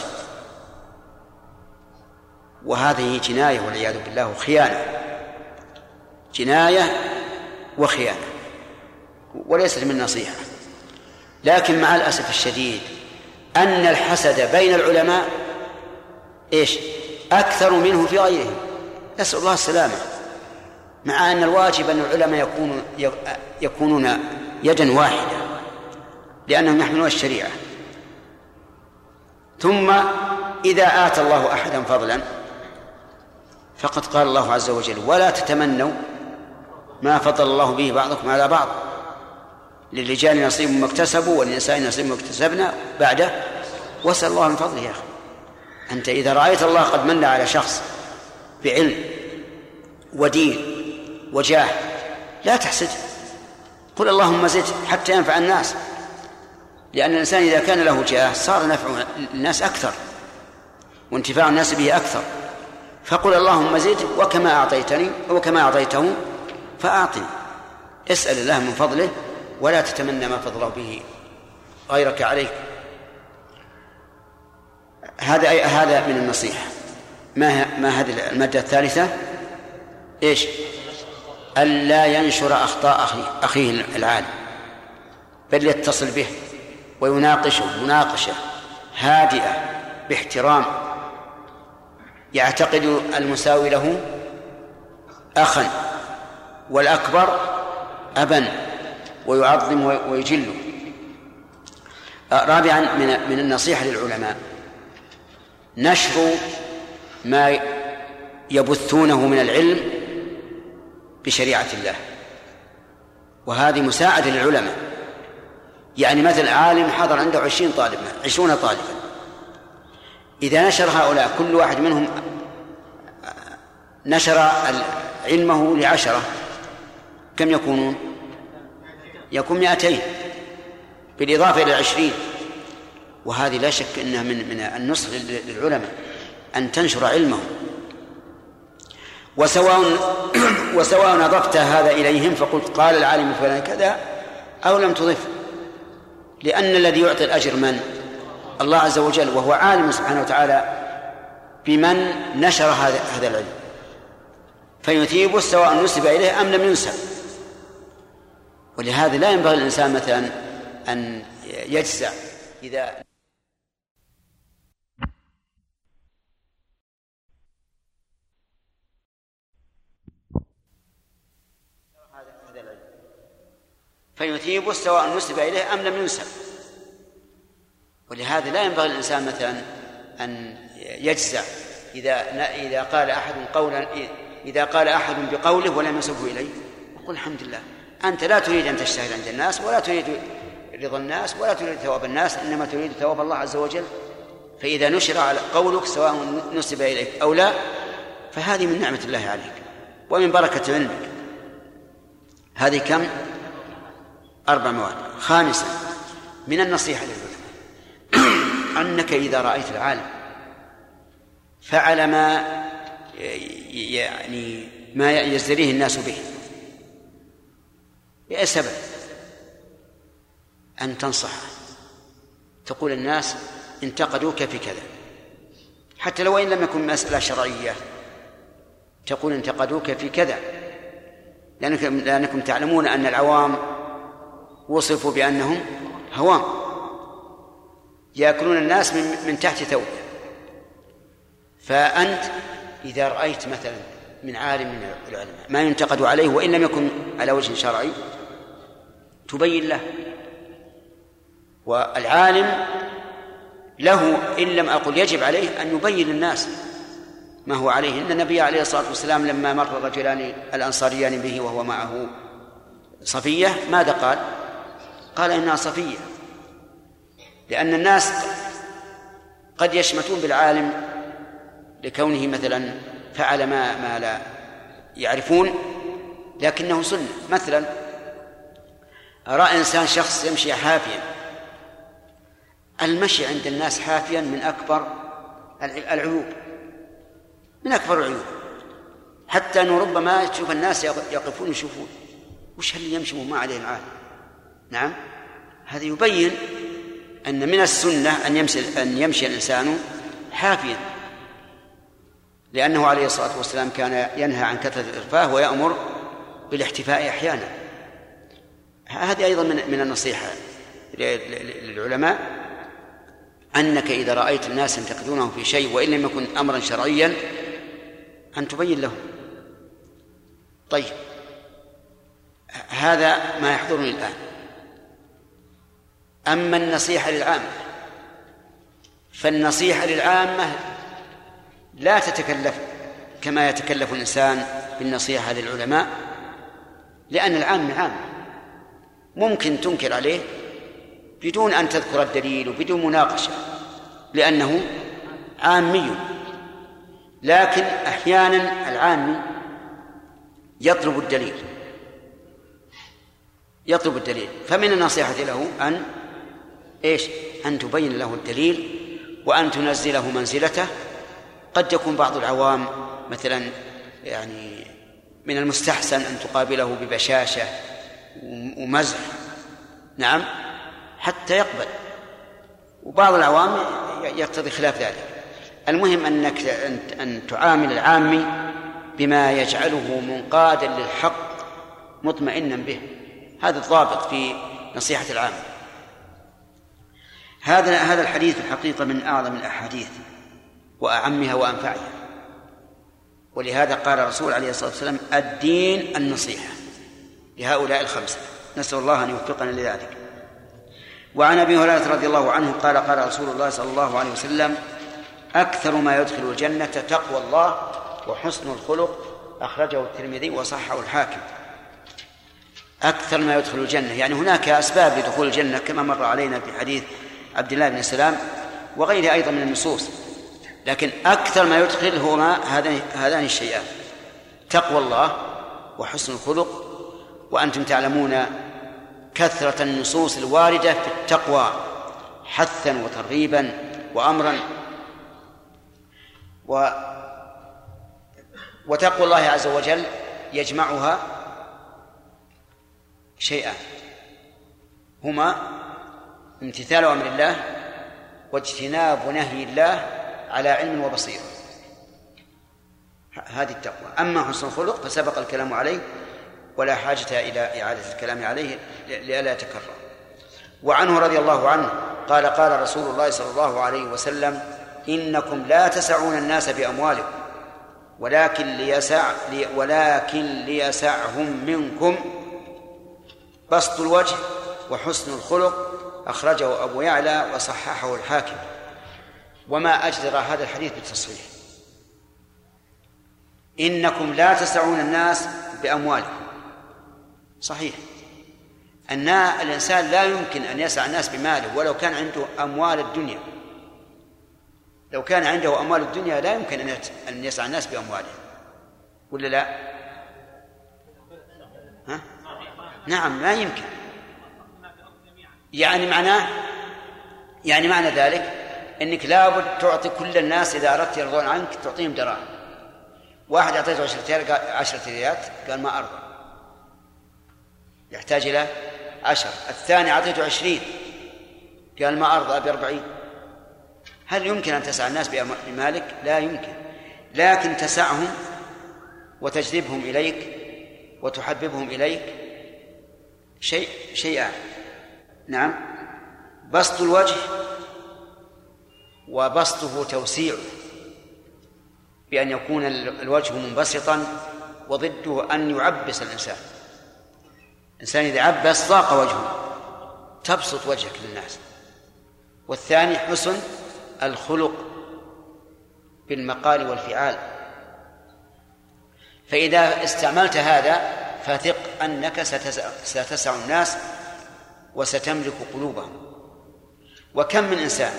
وهذه جناية والعياذ بالله وخيانة، جناية وخيانة وليست من نصيحة. لكن مع الأسف الشديد أن الحسد بين العلماء إيش أكثر منه في غيرهم، نسأل الله السلامة، مع أن الواجب أن العلماء يكونون يكونون يدا واحدة لأنهم يحملون الشريعة. ثم إذا آتى الله أحدا فضلا فقد قال الله عز وجل ولا تتمنوا ما فضل الله به بعضكم على بعض، للرجال نصيب مما اكتسبوا وللنساء نصيب مما اكتسبنا بعده واسأل الله من فضله. يا أخي أنت إذا رأيت الله قد من على شخص بعلم ودين وجاه لا تحسده، قل اللهم زد حتى ينفع الناس، لأن الإنسان إذا كان له جاه صار نفع الناس أكثر وانتفاع الناس به أكثر، فقل اللهم زد وكما أعطيتني وكما أعطيته فأعطني، اسأل الله من فضله ولا تتمنى ما فضله به غيرك عليك. هذا هذا من النصيحة. ما ما هذه المادة الثالثة إيش؟ ألا ينشر أخطاء أخيه العالم، بل يتصل به ويناقشه مناقشة هادئة باحترام، يعتقد المساوي له أخا والأكبر أبا ويعظم ويجله. رابعا من من النصيحة للعلماء نشر ما يبثونه من العلم بشريعة الله، وهذه مساعدة للعلماء. يعني مثل عالم حضر عنده عشرين طالبا عشرون طالبا، إذا نشر هؤلاء كل واحد منهم نشر علمه لعشرة، كم يكونون؟ يكون مئتين بالإضافة إلى العشرين. وهذه لا شك أنها من من النصح للعلماء أن تنشر علمهم. وسواء وسواء أضفت هذا إليهم فقلت قال العالم فلان كذا أو لم تضف، لأن الذي يعطي الأجر من؟ الله عز وجل، وهو عالم سبحانه وتعالى بمن نشر هذا هذا العلم، فيثيب سواء نسب إليه أم لم ينسب. ولهذا لا ينبغي الإنسان مثلا أن يجزع إذا فيثيب سواء نسب إليه أم لم ينسب. ولهذا لا ينبغي الإنسان مثلا أن يجزع إذا إذا قال أحد قولا إذا قال أحد بقوله ولم ينسبه إليه، يقول الحمد لله، أنت لا تريد أن تجتهد عند الناس ولا تريد رضا الناس ولا تريد ثواب الناس، إنما تريد ثواب الله عز وجل. فإذا نشر على قولك سواء نسب إليك أو لا فهذه من نعمة الله عليك ومن بركة علمك. هذه كم؟ أربع مواد. خامسا من النصيحة للعلماء أنك إذا رأيت العالم فعل ما يعني ما يزدريه الناس به بأي سبب أن تنصحه، تقول الناس انتقدوك في كذا، حتى لو إن لم يكن مسألة شرعية، تقول انتقدوك في كذا، لأنكم, لأنكم تعلمون أن العوام وصفوا بأنهم هوام يأكلون الناس من, من تحت ثوب. فأنت إذا رأيت مثلا من عالم من العلماء ما ينتقد عليه وإن لم يكن على وجه شرعي تبين له. والعالم له إن لم أقل يجب عليه أن يبين للناس ما هو عليه. إن النبي عليه الصلاة والسلام لما مر رجلان الأنصاريان به وهو معه صفية ماذا قال؟ قال إنها صفية، لأن الناس قد يشمتون بالعالم لكونه مثلا فعل ما, ما لا يعرفون لكنه سنة. مثلا رأى إنسان شخص يمشي حافيا، المشي عند الناس حافيا من أكبر العيوب من أكبر العيوب، حتى أنه ربما تشوف الناس يقفون يشوفون وش هل يمشي وما عليه العالم. نعم، هذا يبين أن من السنة أن يمشي, أن يمشي الإنسان حافيا، لأنه عليه الصلاة والسلام كان ينهى عن كثرة الإرفاه ويأمر بالاحتفاء أحيانا. هذه أيضا من النصيحة للعلماء أنك إذا رأيت الناس ينتقدونه في شيء وإن لم يكن أمرا شرعيا أن تبين لهم. طيب، هذا ما يحضرني الآن. أما النصيحة للعامة فالنصيحة للعامة لا تتكلف كما يتكلف الإنسان بالنصيحة للعلماء، لأن العام عام ممكن تنكر عليه بدون أن تذكر الدليل وبدون مناقشة لأنه عامي. لكن أحيانا العامي يطلب الدليل يطلب الدليل فمن النصيحة له أن إيش أن تبين له الدليل وأن تنزله منزلته. قد يكون بعض العوام مثلا يعني من المستحسن أن تقابله ببشاشة ومزح، نعم، حتى يقبل، وبعض العوام يقتضي خلاف ذلك. المهم أنك أن تعامل العامي بما يجعله منقادا للحق مطمئنا به. هذا الضابط في نصيحة العام. هذا هذا الحديث الحقيقة من أعظم الأحاديث وأعمها وأنفعها، ولهذا قال الرسول عليه الصلاة والسلام الدين النصيحة لهؤلاء الخمسة. نسأل الله أن يوفقنا لذلك. وعن أبي هريرة رضي الله عنه قال قال رسول الله صلى الله عليه وسلم أكثر ما يدخل الجنة تقوى الله وحسن الخلق، أخرجه الترمذي وصححه الحاكم. أكثر ما يدخل الجنة، يعني هناك أسباب لدخول الجنة كما مر علينا في حديث عبد الله بن سلام وغيره أيضا من النصوص، لكن أكثر ما يدخل هما هذان الشيئان: تقوى الله وحسن الخلق. وأنتم تعلمون كثرة النصوص الواردة في التقوى حثا وترغيبا وأمرا. و وتقوى الله عز وجل يجمعها شيئان، هما امتثال أمر الله واجتناب نهي الله على علم وبصيرة، هذه التقوى. أما حسن الخلق فسبق الكلام عليه ولا حاجة إلى إعادة الكلام عليه لئلا يتكرر. وعنه رضي الله عنه قال: قال رسول الله صلى الله عليه وسلم: إنكم لا تسعون الناس بأموالكم ولكن ليسع ولكن ليسعهم منكم بسط الوجه وحسن الخلق، أخرجه أبو يعلى وصححه الحاكم. وما أجدر هذا الحديث بالتصحيح. إنكم لا تسعون الناس بأموالكم، صحيح أن الإنسان لا يمكن أن يسع الناس بماله ولو كان عنده أموال الدنيا. لو كان عنده أموال الدنيا لا يمكن أن يسع الناس بأمواله، ولا لا؟ ها؟ نعم لا يمكن. يعني معناه يعني معنى ذلك أنك لابد تعطي كل الناس إذا أردت يرضون عنك تعطيهم دراهم. واحد أعطيته عشرة ريالات قال ما أرضى، يحتاج إلى عشر. الثاني أعطيته عشرين قال ما أرضى بأربعين. هل يمكن أن تسع الناس بمالك؟ لا يمكن. لكن تسعهم وتجذبهم إليك وتحببهم إليك شيء شيئان. نعم، بسط الوجه وبسطه توسيعه، بأن يكون الوجه منبسطا، وضده أن يعبس الإنسان. الإنسان إذا عبس ضاق وجهه، تبسط وجهك للناس. والثاني حسن الخلق بالمقال والفعال. فإذا استعملت هذا فثق أنك ستسع الناس وستملك قلوبهم. وكم من إنسان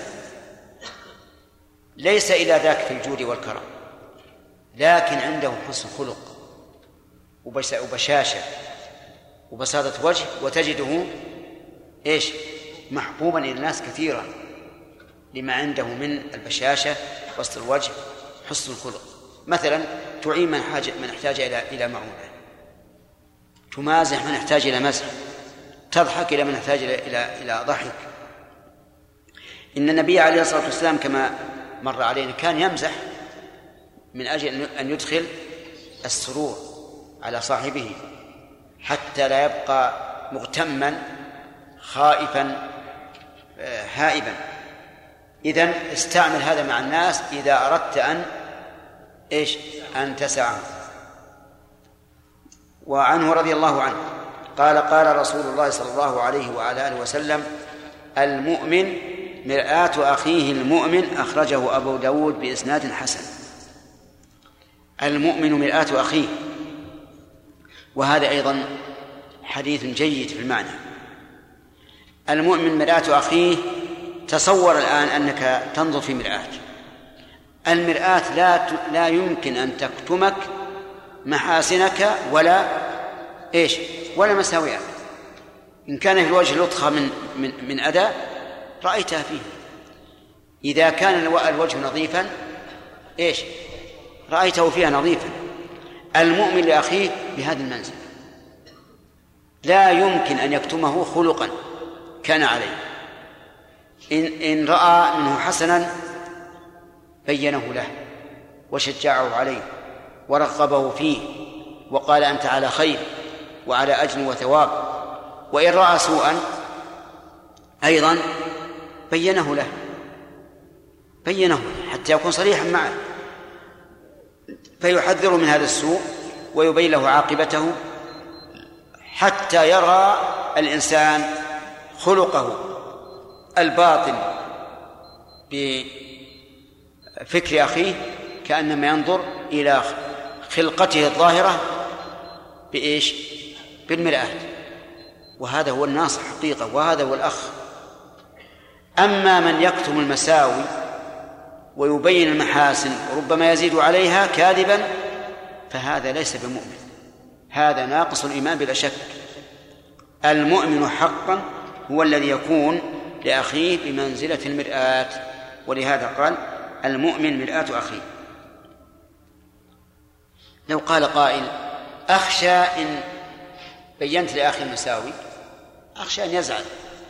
ليس إلى ذاك في الجود والكرم، لكن عنده حسن خلق وبشاشة وبساطة وجه، وتجده إيش؟ محبوبا إلى الناس كثيرا لما عنده من البشاشة، بسط الوجه، حسن الخلق. مثلا تعين من حاجة من احتاج إلى إلى معونة، تمازح من احتاج إلى مزح، تضحك إلى من احتاج إلى إلى إلى ضحك. إن النبي عليه الصلاة والسلام كما مر علينا كان يمزح من أجل أن يدخل السرور على صاحبه حتى لا يبقى مغتما خائفا هائبا. إذن استعمل هذا مع الناس إذا أردت أن إيش أن تسعهم. وعنه رضي الله عنه قال: قال رسول الله صلى الله عليه وعلى آله وسلم: المؤمن مرآة أخيه المؤمن، أخرجه أبو داود بإسناد حسن. المؤمن مرآة أخيه، وهذا أيضا حديث جيد في المعنى. المؤمن مرآة أخيه، تصور الآن أنك تنظر في مرآة. المرآة لا لا يمكن أن تكتمك محاسنك ولا إيش ولا مساوئك. إن كان في الوجه لطخة من من من أذى رأيتها فيه. إذا كان الوجه نظيفا إيش رأيته فيها نظيفا. المؤمن لأخيه بهذا المنزل، لا يمكن أن يكتمه خلقا كان عليه. إن, إن رأى منه حسنا بينه له وشجعه عليه ورغبه فيه وقال أنت على خير وعلى أجر وثواب. وإن رأى سوءا أيضا بينه له بينه حتى يكون صريحا معه، فيحذر من هذا السوء ويبين له عاقبته حتى يرى الإنسان خلقه الباطن فكر أخيه كأنما ينظر إلى خلقته الظاهرة بإيش؟ بالمرآة، وهذا هو الناصح حقيقة، وهذا هو الأخ. أما من يكتم المساوي ويبين المحاسن وربما يزيد عليها كاذبا فهذا ليس بمؤمن، هذا ناقص الإيمان بلا شك. المؤمن حقا هو الذي يكون لأخيه بمنزلة المرآة، ولهذا قال المؤمن مرآة أخيه. لو قال قائل أخشى إن بينت لأخي المساوي أخشى أن يزعل،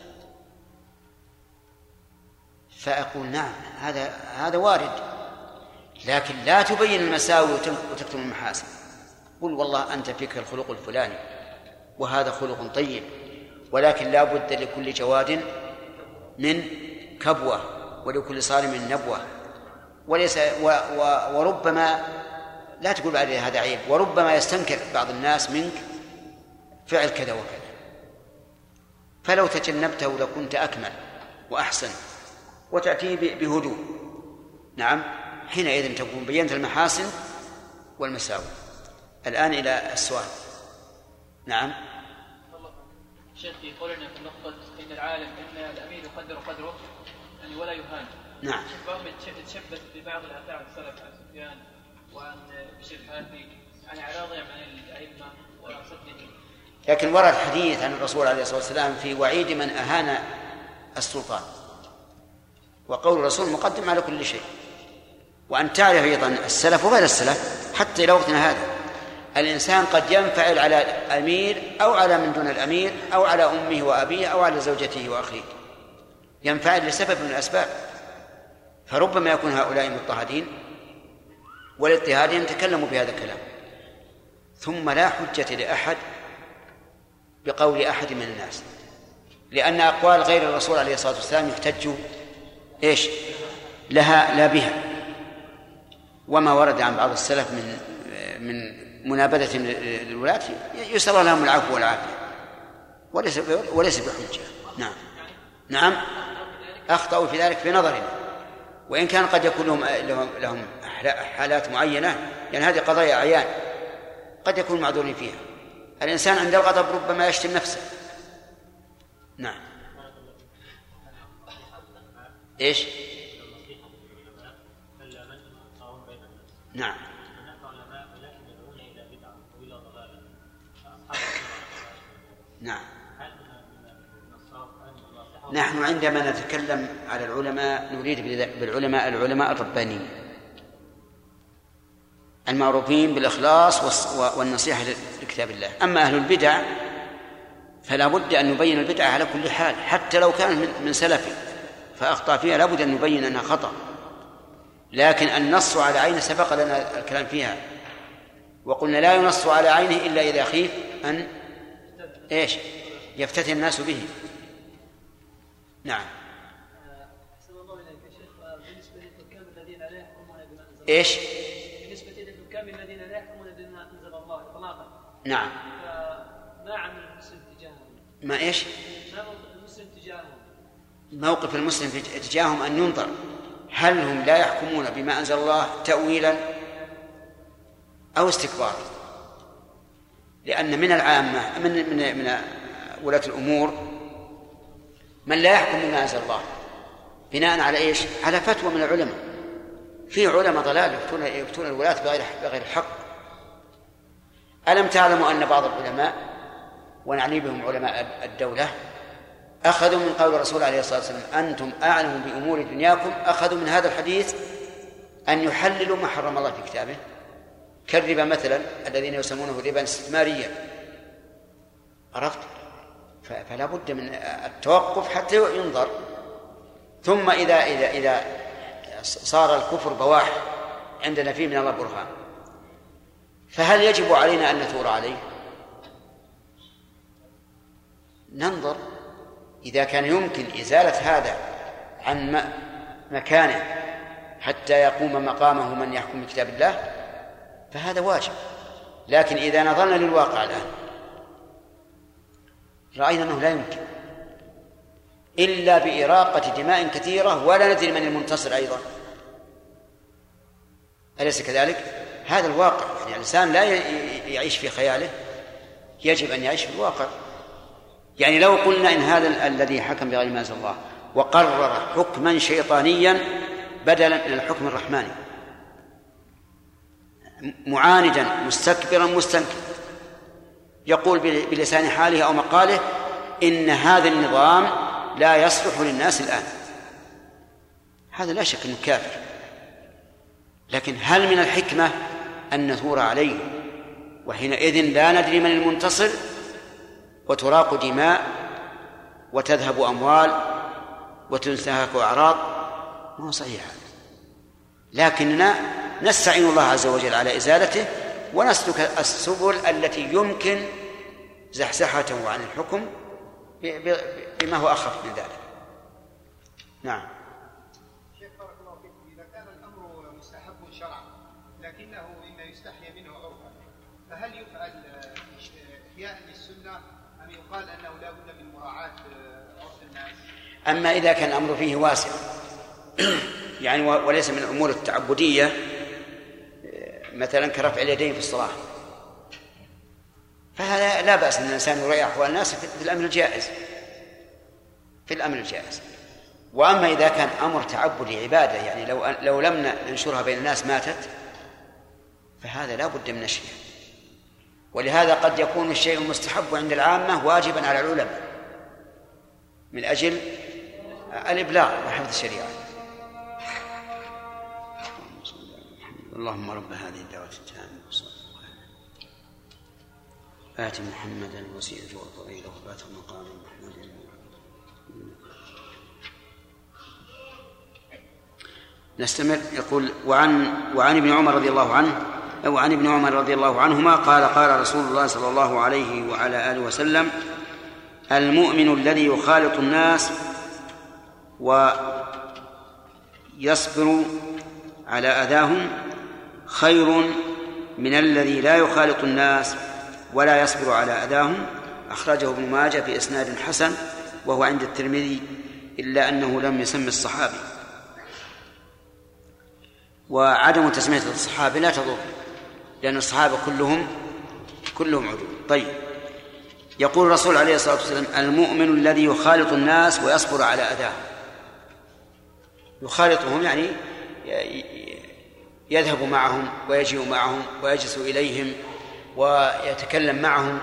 فأقول نعم هذا هذا وارد، لكن لا تبين المساوي وتكتم المحاسن. قل والله أنت فيك الخلق الفلاني وهذا خلق طيب، ولكن لا بد لكل جواد من كبوة ولكل صارم من نبوة، وليس و و وربما لا تقول عليه هذا عيب، وربما يستنكر بعض الناس منك فعل كذا وكذا، فلو تجنبته لكنت أكمل وأحسن وتأتي بهدوء. نعم، حينئذ تكون بينت المحاسن والمساوي. الآن إلى السؤال. نعم. شيخ يقولون في نقطة إن العالم إن الأمير يقدر قدره يعني ولا يهان. نعم. بعضهم يتشبث ببعض الآثار عن السلف عن سفيان وعن بشير الحافي عن إعراضهم عن الأئمة وصدهم. لكن ورد حديث عن الرسول عليه الصلاة والسلام في وعيد من أهان السلطان، وقول الرسول مقدم على كل شيء. وأن تعرف أيضا السلف وغير السلف حتى إلى وقتنا هذا الإنسان قد ينفعل على أمير أو على من دون الأمير أو على أمه وأبيه أو على زوجته وأخيه، ينفعل لسبب من الأسباب، فربما يكون هؤلاء مضطهدين والاضطهاد يتكلموا بهذا الكلام. ثم لا حجة لأحد بقول أحد من الناس، لأن أقوال غير الرسول عليه الصلاة والسلام يحتج إيش لها لا بها. وما ورد عن بعض السلف من من منابذة للولاة يسر لهم العفو والعافية وليس وليس بحجة. نعم نعم أخطأوا في ذلك في نظرنا، وإن كان قد يكون لهم لهم حالات معينة، يعني هذه قضايا أعيان قد يكون معذورين فيها. الإنسان عند الغضب ربما يشتم نفسه. نعم. إيش؟ نعم. نعم. نحن عندما نتكلم على العلماء نريد بالعلماء العلماء الربانيين المعروفين بالإخلاص والنصيحة لكتاب الله. أما أهل البدع فلا بد أن نبين البدعة على كل حال، حتى لو كان من سلفه فأخطأ فيها لا بد أن نبين أنها خطأ. لكن النص على عينه سبق لنا الكلام فيها، وقلنا لا ينص على عينه إلا إذا خيف أن إيش يفتتن الناس به. نعم. أحسن الله إليك يا شيخ. بالنسبة للحكام الذين لا يحكمون بما أنزل الله. إيش؟ بالنسبة للحكام الذين لا يحكمون بما أنزل الله إطلاقا. نعم. ما عمل المسلم تجاههم؟ ما إيش؟ ما موقف المسلم تجاههم؟ موقف المسلم تجاههم أن ينظر هل هم لا يحكمون بما أنزل الله تأويلا أو استكبارا، لأن من العامة من من من ولاة الأمور من لا يحكم بما أنزل الله بناء على إيش؟ على فتوى من العلماء. في علماء ضلال يفتون يفتون الولاة بغير بغير حق. ألم تعلموا أن بعض العلماء ونعني بهم علماء الدولة أخذوا من قول الرسول عليه الصلاة والسلام أنتم أعلم بأمور دنياكم، أخذوا من هذا الحديث أن يحللوا ما حرم الله في كتابه، كالربا مثلا الذين يسمونه ربا استثماريا. عرفت؟ فلا بد من التوقف حتى ينظر. ثم إذا إذا إذا صار الكفر بواح عندنا فيه من الله برهان، فهل يجب علينا أن نثور عليه؟ ننظر إذا كان يمكن إزالة هذا عن مكانه حتى يقوم مقامه من يحكم بكتاب الله فهذا واجب. لكن إذا نظرنا للواقع الآن رأينا أنه لا يمكن إلا بإراقة دماء كثيرة، ولا ندري من المنتصر أيضا. أليس كذلك؟ هذا الواقع، يعني الإنسان لا يعيش في خياله، يجب أن يعيش في الواقع. يعني لو قلنا إن هذا الذي حكم بغير ما أنزل الله وقرر حكما شيطانيا بدلا من الحكم الرحماني، معاندا مستكبرا مستنكرا، يقول بلسان حاله أو مقاله إن هذا النظام لا يصلح للناس الآن، هذا لا شك أنه كافر. لكن هل من الحكمة أن نثور عليه وحينئذ لا ندري من المنتصر وتراق دماء وتذهب أموال وتنتهك أعراض؟ ما هو صحيح هذا. لكننا نستعين الله عز وجل على إزالته ونسلك السبل التي يمكن زحزحته عن الحكم بما هو أخف من ذلك. نعم. شيخ بارك الله فيكم، إذا كان الأمر مستحب شرعا لكنه إن يستحي منه عرفا، فهل يفعل إحياء للسنة أم يقال أنه لا بد من مراعاة عرف الناس؟ أما إذا كان الأمر فيه واسع يعني وليس من الأمور التعبدية، مثلا كرفع اليدين في الصلاة، فهذا لا بأس أن الإنسان يراعي أحوال الناس في الأمر الجائز، في الأمر الجائز. وأما إذا كان أمر تعبدي عبادة، يعني لو لو لم ننشرها بين الناس ماتت، فهذا لا بد من نشرها. ولهذا قد يكون الشيء المستحب عند العامة واجبا على العلماء من أجل الإبلاغ وحفظ الشريعة. اللهم رب هذه الدعوة التامة آت محمدا الوسيلة والفضيلة وبعثه مقاما محمودا. نستمر. يقول وعن وعن ابن عمر رضي الله عنه أو عن ابن عمر رضي الله عنهما قال قال رسول الله صلى الله عليه وعلى آله وسلم: المؤمن الذي يخالط الناس ويصبر على أذاهم خير من الذي لا يخالط الناس ولا يصبر على أذاهم. أخرجه ابن ماجه بإسناد حسن وهو عند الترمذي، إلا أنه لم يسمي الصحابي، وعدم تسمية الصحابي لا تضر لأن الصحابة كلهم كلهم عدول. طيب، يقول الرسول عليه الصلاة والسلام: المؤمن الذي يخالط الناس ويصبر على أذاهم. يخالطهم يعني يذهب معهم ويجيء معهم ويجلس إليهم ويتكلم معهم،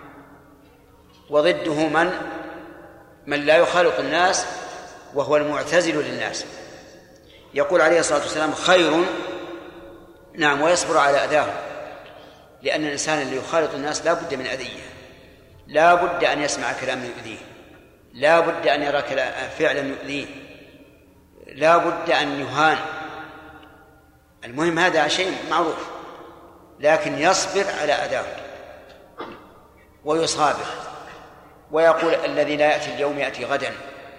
وضده من من لا يخالط الناس وهو المعتزل للناس. يقول عليه الصلاة والسلام: خير نعم ويصبر على أذاهم، لأن الإنسان اللي يخالط الناس لا بد من أذية، لا بد أن يسمع كلام يؤذيه، لا بد أن يرى فعلا يؤذيه، لا بد أن يهان. المهم هذا شيء معروف، لكن يصبر على أذاه ويصابر، ويقول: الذي لا يأتي اليوم يأتي غدا.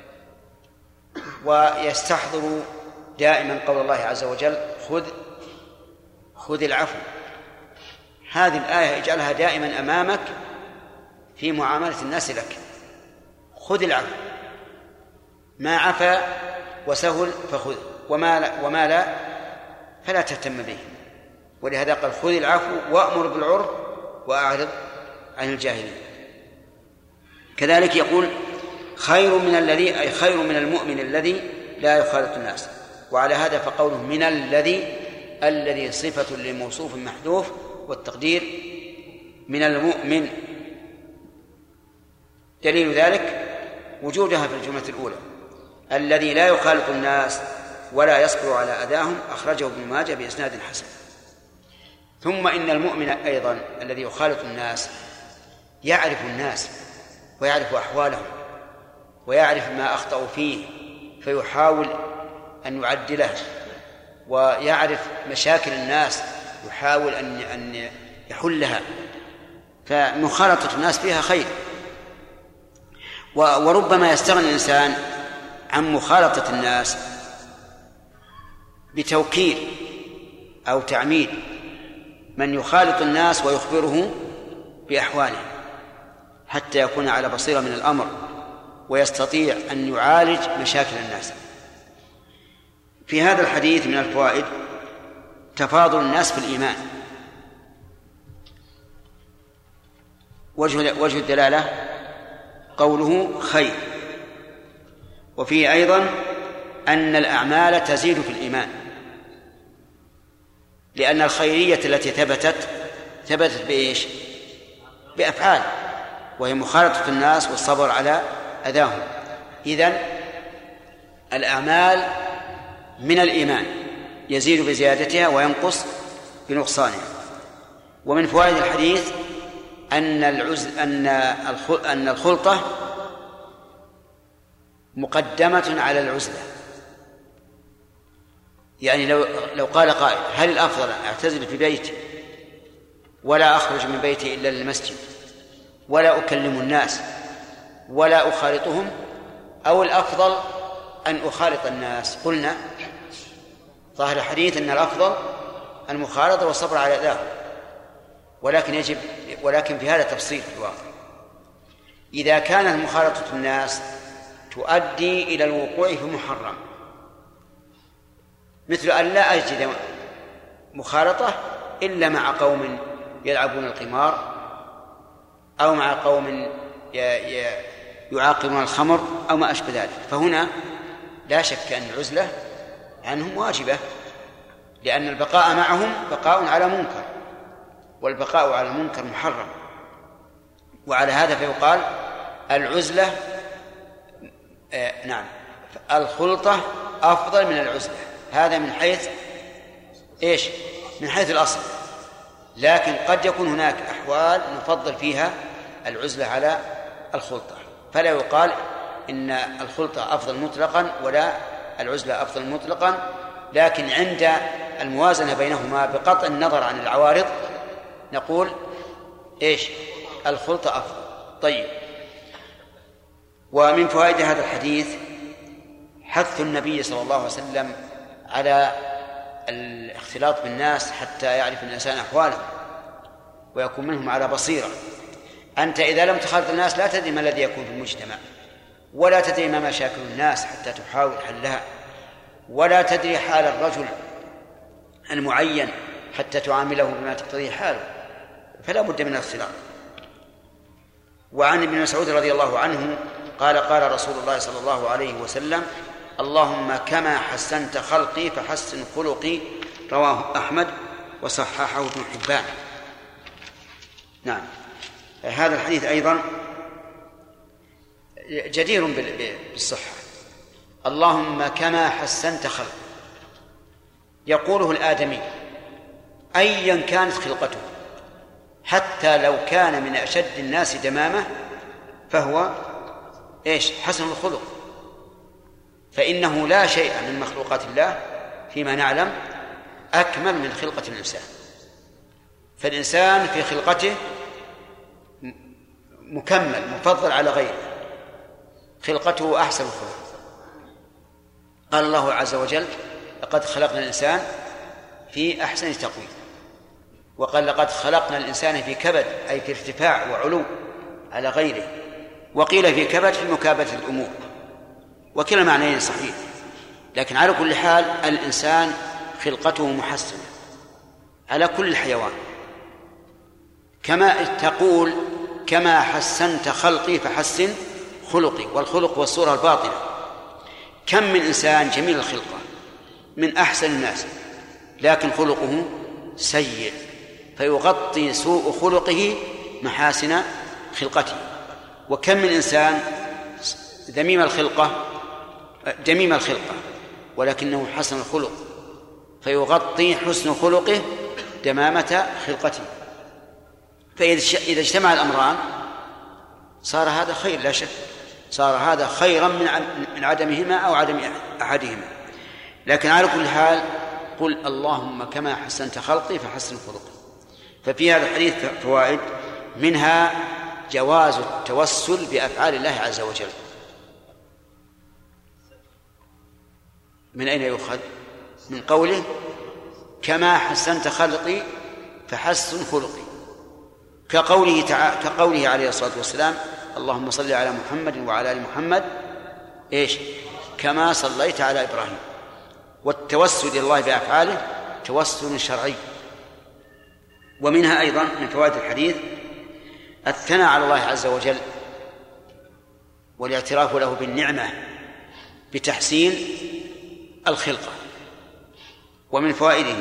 ويستحضر دائما قول الله عز وجل: خذ خذ العفو. هذه الآية اجعلها دائما أمامك في معاملة الناس لك. خذ العفو، ما عفا وسهل فخذ، وما لا, وما لا فلا تهتم به. ولهذا قال: خذ العفو وأمر بالعرف وأعرض عن الجاهلين. كذلك يقول: خير من الذي أي خير من المؤمن الذي لا يخالط الناس. وعلى هذا فقوله من الذي الذي صفة لموصوف محذوف، والتقدير من المؤمن. دليل ذلك وجودها في الجملة الأولى: الذي لا يخالط الناس ولا يصبر على أذاهم. أخرجه ابن ماجه بإسناد حسن. ثم إن المؤمن أيضا الذي يخالط الناس يعرف الناس ويعرف أحوالهم ويعرف ما أخطأوا فيه فيحاول أن يعدله، ويعرف مشاكل الناس يحاول أن أن يحلها. فمخالطة الناس فيها خير. وربما يستغني الإنسان عن مخالطة الناس بتوكيل أو تعميد من يخالط الناس ويخبره بأحوالهم حتى يكون على بصيرة من الأمر ويستطيع أن يعالج مشاكل الناس. في هذا الحديث من الفوائد تفاضل الناس في الإيمان. وجه وجه الدلالة قوله خير، وفيه أيضا أن الأعمال تزيد في الإيمان، لأن الخيرية التي ثبتت ثبتت بإيش؟ بأفعال، وهي مخالطة الناس والصبر على أذاهم. إذن الأعمال من الإيمان يزيد بزيادتها وينقص بنقصانها. ومن فوائد الحديث أن العز أن أن الخلطة مقدمة على العزلة. يعني لو لو قال قائل: هل الأفضل أعتزل في بيتي ولا أخرج من بيتي إلا للمسجد ولا أكلم الناس ولا أخالطهم، أو الأفضل أن أخالط الناس؟ قلنا ظاهر الحديث أن الأفضل المخالطة والصبر على أذاهم، ولكن يجب ولكن في هذا تفصيل في الواقع. إذا كانت مخالطة الناس تؤدي إلى الوقوع في محرم، مثل أن لا أجد مخالطة إلا مع قوم يلعبون القمار، أو مع قوم يعاقبون الخمر، أو ما أشبه ذلك، فهنا لا شك أن العزلة عنهم واجبة، لأن البقاء معهم بقاء على منكر، والبقاء على المنكر محرم. وعلى هذا فيقال العزلة آه نعم الخلطة أفضل من العزلة، هذا من حيث إيش؟ من حيث الأصل. لكن قد يكون هناك أحوال نفضل فيها العزلة على الخلطة، فلا يقال إن الخلطة أفضل مطلقا ولا العزلة أفضل مطلقا، لكن عند الموازنة بينهما بقطع النظر عن العوارض نقول إيش؟ الخلطة أفضل. طيب، ومن فوائد هذا الحديث حث النبي صلى الله عليه وسلم على الاختلاط بالناس حتى يعرف الإنسان أحواله ويكون منهم على بصيرة. أنت إذا لم تخالط الناس لا تدري ما الذي يكون في المجتمع، ولا تدري ما مشاكل الناس حتى تحاول حلها، ولا تدري حال الرجل المعين حتى تعامله بما تقتضيه حاله، فلا بد من الاختلاط. وعن ابن مسعود رضي الله عنه قال: قال رسول الله صلى الله عليه وسلم: اللهم كما حسنت خلقي فحسن خلقي. رواه أحمد وصححه ابن حبان. نعم، هذا الحديث أيضا جدير بالصحة. اللهم كما حسنت خلقي، يقوله الآدمي أيا كانت خلقته، حتى لو كان من أشد الناس دمامة فهو إيش؟ حسن الخلق، فإنه لا شيء من مخلوقات الله فيما نعلم أكمل من خلقة الإنسان. فالإنسان في خلقته مكمل مفضل على غيره، خلقته أحسن الخلق. قال الله عز وجل: لقد خلقنا الإنسان في أحسن تقويم. وقال: لقد خلقنا الإنسان في كبد، أي في ارتفاع وعلو على غيره. وقيل في كبد في مكابدة الأمور، وكلا المعنيين صحيح. لكن على كل حال الإنسان خلقته محسنة على كل الحيوان، كما تقول: كما حسنت خلقي فحسن خلقي. والخلق والصورة الباطنة. كم من إنسان جميل الخلقة من أحسن الناس لكن خلقه سيء، فيغطي سوء خلقه محاسن خلقته. وكم من إنسان ذميم الخلقة دميم الخلقة ولكنه حسن الخلق، فيغطي حسن خلقه دمامة خلقته. فإذا اجتمع الأمران صار هذا خير لا شك، صار هذا خيرا من عدمهما أو عدم أحدهما. لكن على كل حال قل: اللهم كما حسنت خلقي فحسن خلقي. ففي هذا الحديث فوائد، منها جواز التوسل بأفعال الله عز وجل. من أين يؤخذ؟ من قوله: كما حسنت خلقي فحسن خلقي، كقوله تعالى كقوله عليه الصلاة والسلام: اللهم صل على محمد وعلى آل محمد إيش؟ كما صليت على إبراهيم. والتوسل إلى الله بأفعاله توسل شرعي. ومنها أيضا من فوائد الحديث الثناء على الله عز وجل والاعتراف له بالنعمة بتحسين الخلقة. ومن فوائده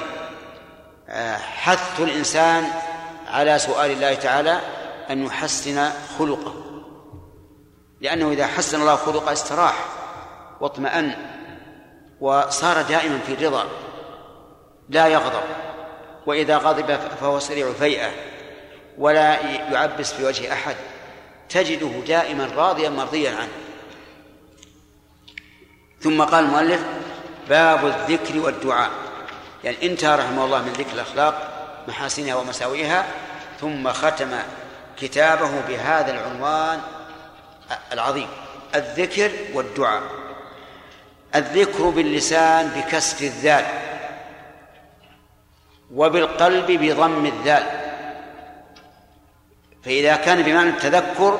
حث الإنسان على سؤال الله تعالى أن يحسن خلقه، لأنه إذا حسن الله خلقه استراح واطمأن وصار دائما في الرضا لا يغضب، وإذا غضب فهو سريع الفيئة ولا يعبس في وجه أحد، تجده دائما راضيا مرضيا عنه. ثم قال المؤلف باب الذكر والدعاء، يعني انتهى رحمه الله من ذكر الأخلاق محاسنها ومساوئها، ثم ختم كتابه بهذا العنوان العظيم: الذكر والدعاء. الذكر باللسان بكسر الذال، وبالقلب بضم الذال، فإذا كان بمعنى التذكر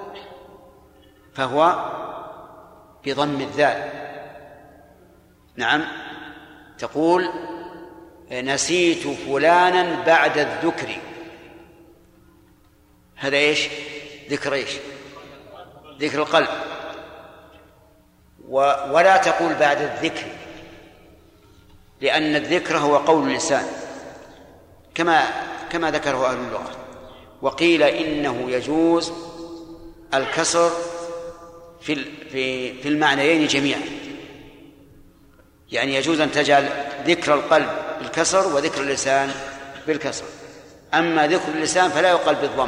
فهو بضم الذال. نعم، تقول نسيت فلانا بعد الذكر، هذا إيش؟ ذكر إيش؟ ذكر القلب. ولا تقول بعد الذكر، لأن الذكر هو قول اللسان كما كما ذكره أهل اللغة. وقيل إنه يجوز الكسر في في في المعنيين جميعا، يعني يجوز أن تجعل ذكر القلب بالكسر وذكر اللسان بالكسر. أما ذكر اللسان فلا يقال بالضم،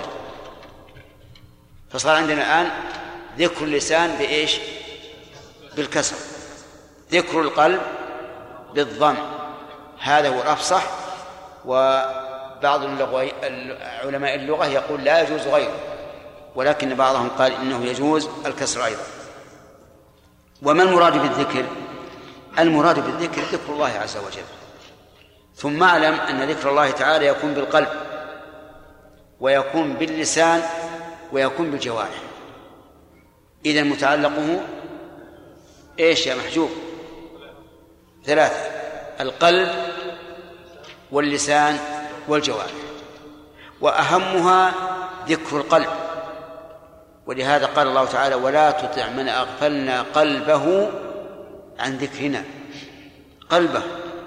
فصار عندنا الآن ذكر اللسان بإيش؟ بالكسر، ذكر القلب بالضم، هذا هو الأفصح. وبعض علماء اللغة يقول لا يجوز غيره، ولكن بعضهم قال إنه يجوز الكسر أيضا. وما المراد بالذكر؟ المراد بالذكر ذكر الله عز وجل. ثم اعلم أن ذكر الله تعالى يكون بالقلب ويكون باللسان ويكون بالجوارح. إذا متعلقه إيش يا محجوب؟ ثلاثة: القلب واللسان والجوارح، وأهمها ذكر القلب. ولهذا قال الله تعالى: ولا تطع من أغفلنا قلبه عن ذكرنا. قلبه،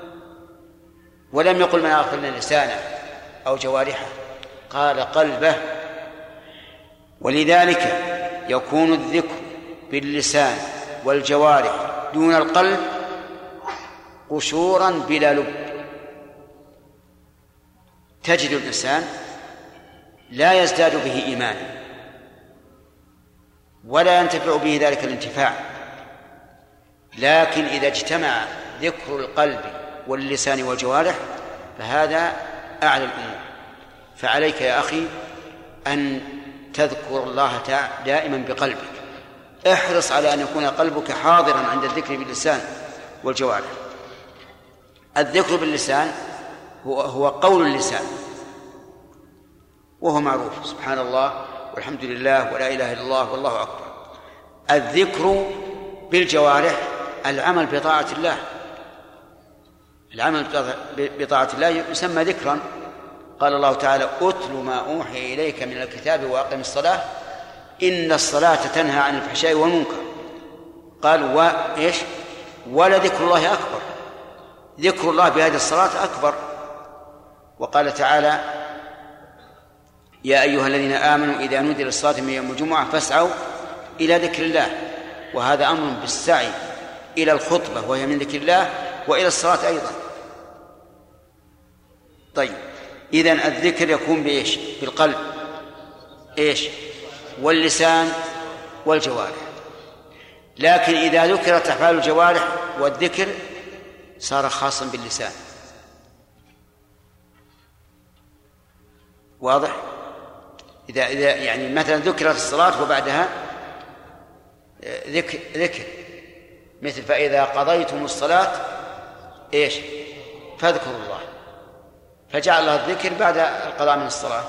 ولم يقل من أغفلنا لسانه أو جوارحه، قال قلبه. ولذلك يكون الذكر باللسان والجوارح دون القلب قشورا بلا لب. تجد الإنسان لا يزداد به إيمانا ولا ينتفع به ذلك الانتفاع، لكن إذا اجتمع ذكر القلب واللسان والجوارح فهذا أعلى الأمور. فعليك يا أخي أن تذكر الله دائما بقلبك، احرص على أن يكون قلبك حاضرا عند الذكر باللسان والجوارح. الذكر باللسان هو, هو قول اللسان، وهو معروف: سبحان الله والحمد لله ولا إله إلا الله والله أكبر. الذكر بالجوارح العمل بطاعة الله، العمل بطاعة الله يسمى ذكرا. قال الله تعالى: أتل ما أوحي إليك من الكتاب وأقم الصلاة إن الصلاة تنهى عن الفحشاء والمنكر. قال وإيش؟ ولذكر الله أكبر، ذكر الله بهذه الصلاة أكبر. وقال تعالى: يا أيها الذين آمنوا إذا نودي للصلاة من يوم الجمعة فاسعوا إلى ذكر الله. وهذا أمر بالسعي إلى الخطبة وهي من ذكر الله، وإلى الصلاة أيضا. طيب، إذن الذكر يكون بإيش؟ بالقلب إيش؟ واللسان والجوارح. لكن إذا ذكرت أفعال الجوارح والذكر صار خاصا باللسان. واضح؟ إذا إذا يعني مثلا ذكرت الصلاة وبعدها ذكر ذكر مثل فإذا قضيتم الصلاة إيش؟ فاذكروا الله، فجعل الله الذكر بعد القضاء من الصلاة.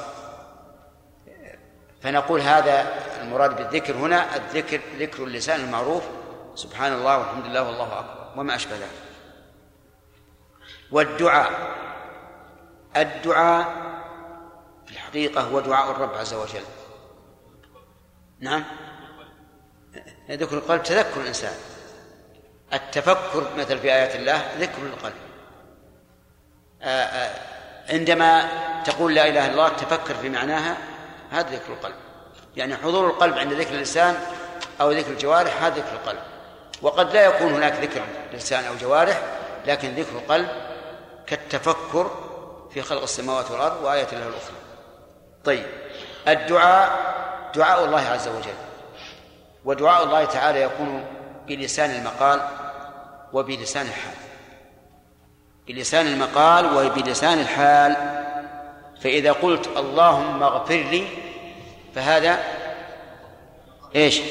فنقول هذا المراد بالذكر هنا الذكر ذكر اللسان المعروف: سبحان الله والحمد لله والله أكبر وما أشبه ذلك. والدعاء الدعاء في الحقيقة هو دعاء الرب عز وجل. نعم، ذكر القلب تذكر الإنسان، التفكر مثل في آيات الله ذكر القلب. آآ آآ عندما تقول لا إله إلا الله تفكر في معناها، هذا ذكر القلب، يعني حضور القلب عند ذكر اللسان أو ذكر الجوارح هذا ذكر القلب. وقد لا يكون هناك ذكر لسان أو جوارح، لكن ذكر القلب كالتفكر في خلق السماوات والأرض وآية الله الأخرى. طيب، الدعاء دعاء الله عز وجل، ودعاء الله تعالى يكون بلسان المقال وبلسان الحال. بلسان المقال وبلسان الحال. فإذا قلت اللهم اغفر لي فهذا إيش؟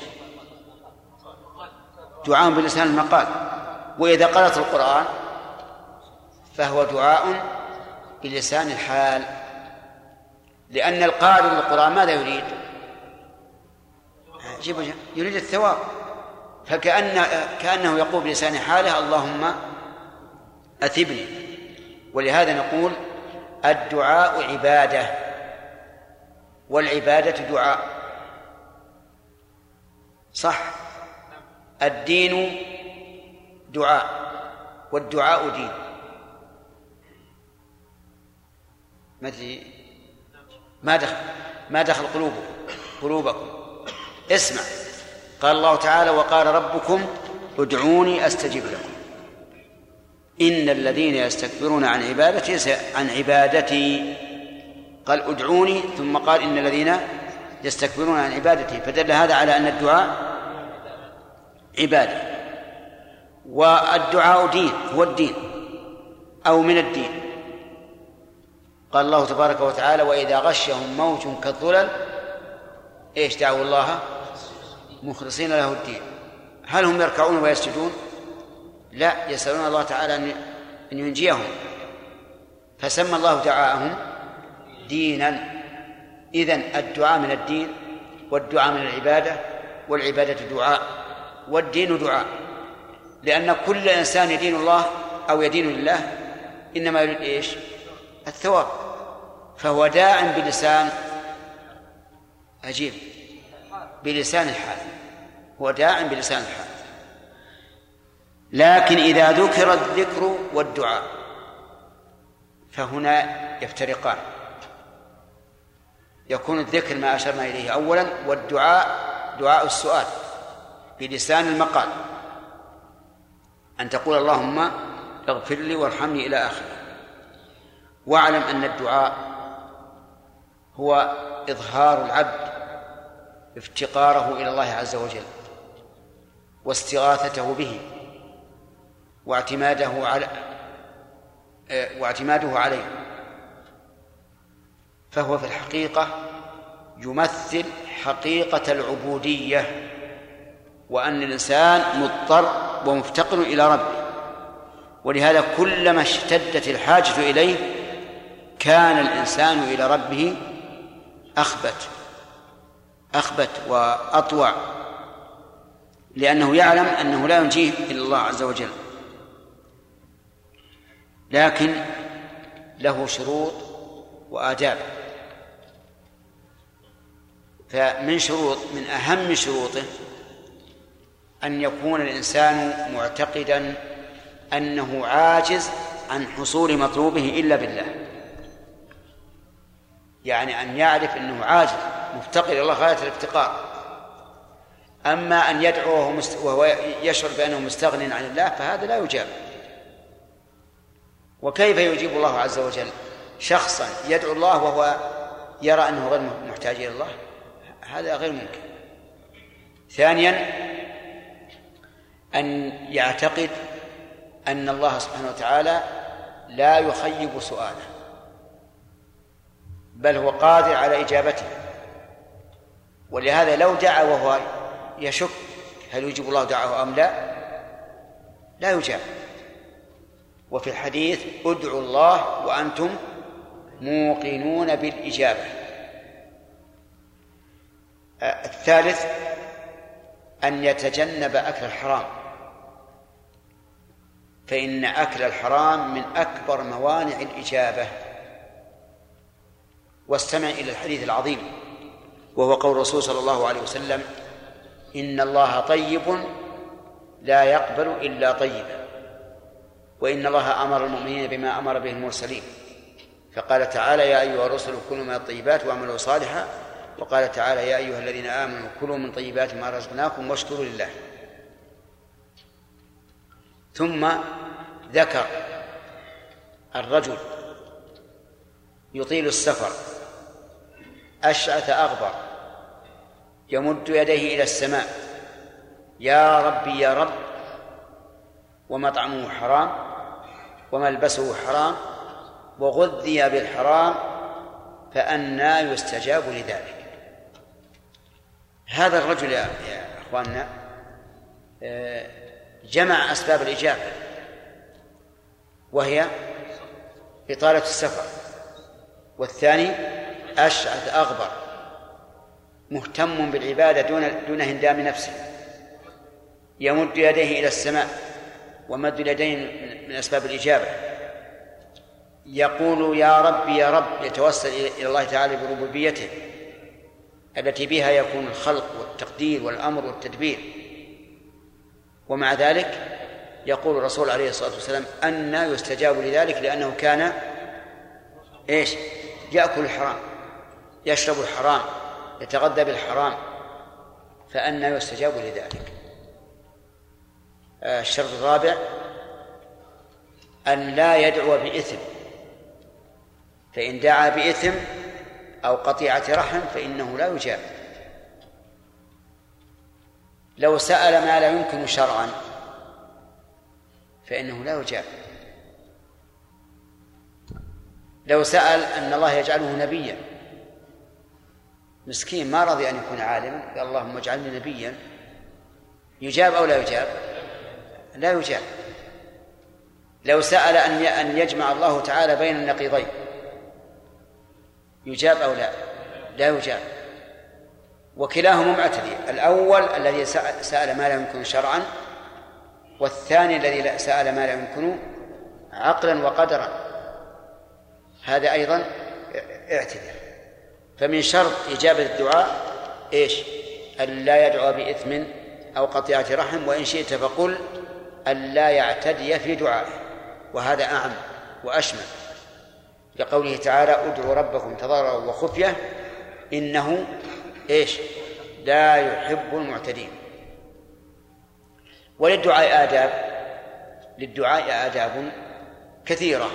دعاء بلسان المقال. وإذا قرأت القرآن فهو دعاء بلسان الحال، لأن القارئ للقرآن ماذا يريد؟ يريد الثواب، فكأن كأنه يقول بلسان حاله اللهم أثبني. ولهذا نقول الدعاء عبادة، والعبادة دعاء، صح؟ الدين دعاء والدعاء دين. ما دخل ما دخل قلوبكم قلوبكم اسمع، قال الله تعالى وقال ربكم ادعوني أستجب لكم إن الذين يستكبرون عن عبادتي عن عبادتي قال ادعوني ثم قال إن الذين يستكبرون عن عبادتي، فدل هذا على أن الدعاء عبادة. والدعاء دين، هو الدين أو من الدين. قال الله تبارك وتعالى وإذا غشهم موج كالظلل إيش دعوا الله مخلصين له الدين. هل هم يركعون ويسجدون؟ لا، يسألون الله تعالى أن ينجيهم، فسمى الله دعاءهم دينا. إذن الدعاء من الدين، والدعاء من العبادة، والعبادة دعاء، والدين دعاء. لأن كل إنسان يدين الله أو يدين لله إنما يريد إيش؟ الثواب. فهو داع بلسان عجيب، بلسان الحال، هو داع بلسان الحال. لكن إذا ذكر الذكر والدعاء فهنا يفترقان. يكون الذكر ما أشرنا إليه أولا، والدعاء دعاء السؤال بلسان المقال، أن تقول اللهم اغفر لي وارحمني إلى آخره. واعلم أن الدعاء هو إظهار العبد افتقاره إلى الله عز وجل واستغاثته به واعتماده على واعتماده عليه. فهو في الحقيقة يمثل حقيقة العبودية، وأن الإنسان مضطر ومفتقر إلى ربه. ولهذا كلما اشتدت الحاجة إليه كان الإنسان إلى ربه أخبت أخبت وأطوع، لأنه يعلم أنه لا ينجيه إلا الله عز وجل. لكن له شروط وآداب. فمن شروط من أهم شروطه أن يكون الإنسان معتقدا أنه عاجز عن حصول مطلوبه إلا بالله، يعني أن يعرف أنه عاجز مفتقر إلى الله غاية الافتقار. أما أن يدعو وهو يشعر بأنه مستغن عن الله فهذا لا يجاب. وكيف يجيب الله عز وجل شخصا يدعو الله وهو يرى أنه غير محتاج إلى الله؟ هذا غير ممكن. ثانيا أن يعتقد أن الله سبحانه وتعالى لا يخيب سؤاله، بل هو قادر على إجابته. ولهذا لو دعا وهو يشك هل يجيب الله دعاه أم لا، لا يجاب. وفي الحديث ادعوا الله وأنتم موقنون بالإجابة. الثالث أن يتجنب أكل الحرام، فإن أكل الحرام من أكبر موانع الإجابة. واستمع إلى الحديث العظيم وهو قول الرسول صلى الله عليه وسلم: إن الله طيب لا يقبل إلا طيبا، وإن الله أمر المؤمنين بما أمر به المرسلين، فقال تعالى: يا أيها الرسل كلوا من الطيبات واعملوا صالحا، وقال تعالى: يا أيها الذين آمنوا كلوا من طيبات ما رزقناكم واشكروا لله. ثم ذكر الرجل يطيل السفر أشعث أغبر يمد يديه إلى السماء: يا ربي يا رب، ومطعمه حرام وملبسه حرام وغذي بالحرام، فأنى يستجاب لذلك. هذا الرجل يا أخواننا جمع أسباب الإجابة، وهي إطالة السفر، والثاني أشعث أغبر مهتم بالعبادة دون دون هندام نفسه، يمد يديه إلى السماء، ومد اليدين من أسباب الإجابة، يقول: يا رب يا رب، يتوسل إلى الله تعالى بربوبيته التي بها يكون الخلق والتقدير والأمر والتدبير. ومع ذلك يقول الرسول عليه الصلاة والسلام: أنى يستجاب لذلك، لأنه كان إيش؟ يأكل الحرام، يشرب الحرام، يتغذى بالحرام، فأنى يستجاب لذلك. الشرط الرابع أن لا يدعو بإثم، فإن دعا بإثم أو قطيعة رحم فإنه لا يجاب. لو سأل ما لا يمكن شرعا فإنه لا يجاب. لو سأل أن الله يجعله نبيا، مسكين ما رضي أن يكون عالما، قال: اللهم اجعلني نبيا، يجاب أو لا يجاب؟ لا يجاب. لو سأل أن يجمع الله تعالى بين النقيضين، يجاب أو لا؟ لا يجاب. وكلاهما معتدي، الأول الذي سأل ما لا يمكن شرعا، والثاني الذي سأل ما لا يمكن عقلا وقدرا، هذا أيضا اعتداء. فمن شرط إجابة الدعاء إيش؟ أن لا يدعو بإثم أو قطيعة رحم، وإن شئت فقل أن لا يعتدي في دعائه، وهذا أعم وأشمل، لقوله تعالى: ادعوا ربكم تضرعا وخفية إنه إيش؟ لا يحب المعتدين. وللدعاء آداب، للدعاء آداب كثيرة،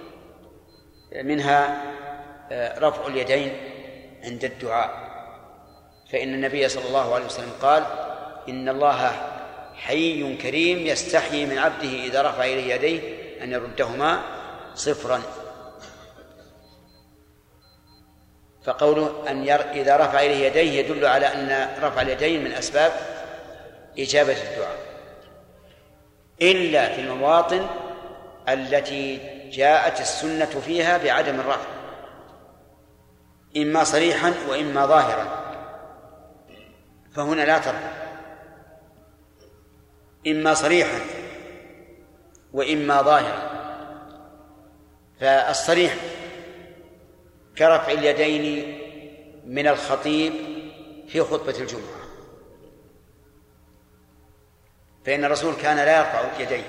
منها رفع اليدين عند الدعاء، فإن النبي صلى الله عليه وسلم قال: إن الله حي كريم يستحيي من عبده إذا رفع إليه يديه أن يردهما صفرا. فقوله أن ير... إذا رفع إليه يديه يدل على أن رفع اليدين من أسباب إجابة الدعاء، إلا في المواطن التي جاءت السنة فيها بعدم الرفع، إما صريحا وإما ظاهرا، فهنا لا ترفع، إما صريحا وإما ظاهرا. فالصريح كرفع اليدين من الخطيب في خطبة الجمعة، فإن الرسول كان لا يرفع يديه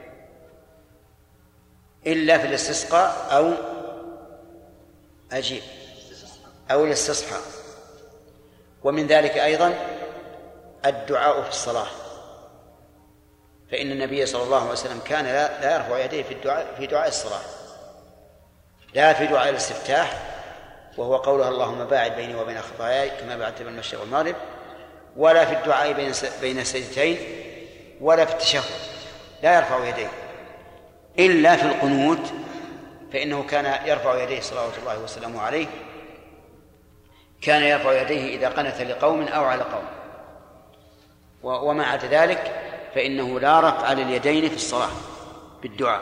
إلا في الاستسقاء أو أجيب أو الاستصحاء. ومن ذلك أيضا الدعاء في الصلاة، فإن النبي صلى الله عليه وسلم كان لا يرفع يديه في الدعاء في دعاء الصلاة، لا في دعاء الاستفتاح وهو قولها: اللهم باعد بيني وبين خطاياي كما باعدت بين المشرق والمغرب، ولا في الدعاء بين بين السجدتين، ولا في التشهد لا يرفع يديه، إلا في القنوت فإنه كان يرفع يديه صلوات الله وسلامه عليه، كان يرفع يديه إذا قنت لقوم أو على قوم. وما عدا ذلك فإنه لا رفع لليدين في الصلاة بالدعاء.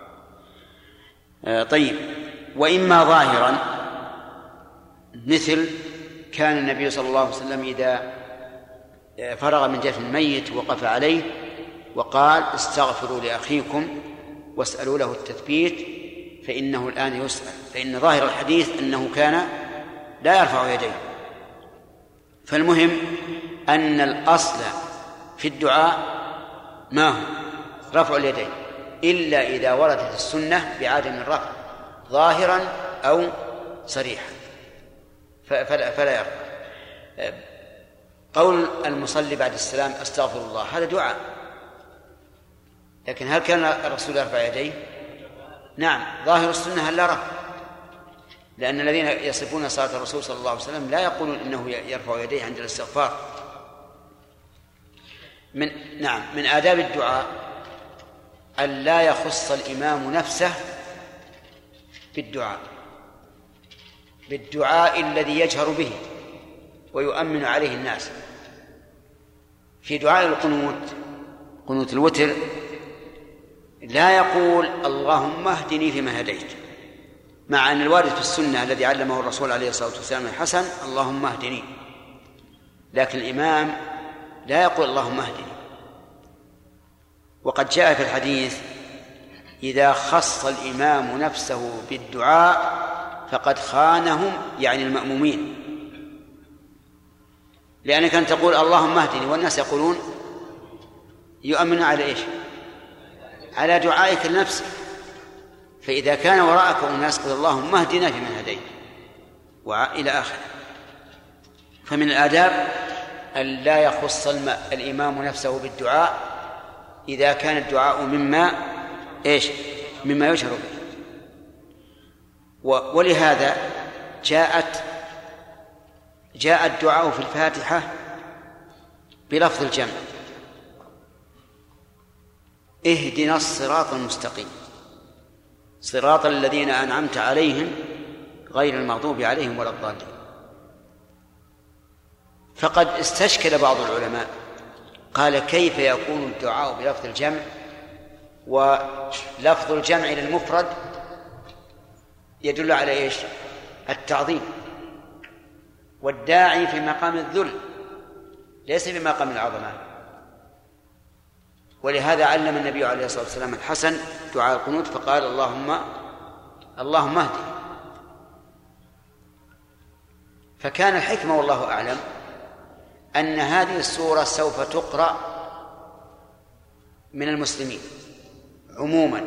طيب، وإما ظاهرا، مثل كان النبي صلى الله عليه وسلم إذا فرغ من جفن الميت وقف عليه وقال: استغفروا لأخيكم واسألوا له التثبيت فإنه الآن يسأل، فإن ظاهر الحديث أنه كان لا يرفع يديه. فالمهم أن الأصل في الدعاء ما هو؟ رفع اليدين، إلا إذا وردت السنة بعدم الرفع ظاهرا أو صريحا فلا, فلا يرفع. قول المصلي بعد السلام أستغفر الله هذا دعاء، لكن هل كان الرسول يرفع يديه؟ نعم، ظاهر السنة هل لا رفع، لأن الذين يصفون صلاة الرسول صلى الله عليه وسلم لا يقولون إنه يرفع يديه عند الاستغفار. من نعم من آداب الدعاء أن لا يخص الإمام نفسه بالدعاء بالدعاء الذي يجهر به ويؤمن عليه الناس. في دعاء القنوت، قنوت الوتر، لا يقول اللهم اهدني فيما هديت، مع أن الوارد في السنة الذي علمه الرسول عليه الصلاة والسلام الحسن اللهم اهدني، لكن الإمام لا يقول اللهم اهدني. وقد جاء في الحديث إذا خص الإمام نفسه بالدعاء فقد خانهم، يعني المأمومين، لأنك أن تقول اللهم اهدني والناس يقولون يؤمن على إيش؟ على دعائك لنفسك. فإذا كان وراءك الناس قل اللهم اهدنا فيمن هديت وإلى آخره. فمن الآداب أن لا يخص الإمام نفسه بالدعاء إذا كان الدعاء مما إيش؟ مما يجهر به. ولهذا جاءت جاء الدعاء في الفاتحة بلفظ الجمع اهدنا الصراط المستقيم صراط الذين أنعمت عليهم غير المغضوب عليهم ولا الضالين. فقد استشكل بعض العلماء قال كيف يكون الدعاء بلفظ الجمع ولفظ الجمع للمفرد يدل على إيش؟ التعظيم، والداعي في مقام الذل ليس في مقام العظمة. ولهذا علم النبي عليه الصلاة والسلام الحسن دعاء القنوت فقال اللهم اللهم اهدني. فكان الحكمة والله أعلم أن هذه السورة سوف تقرأ من المسلمين عموما،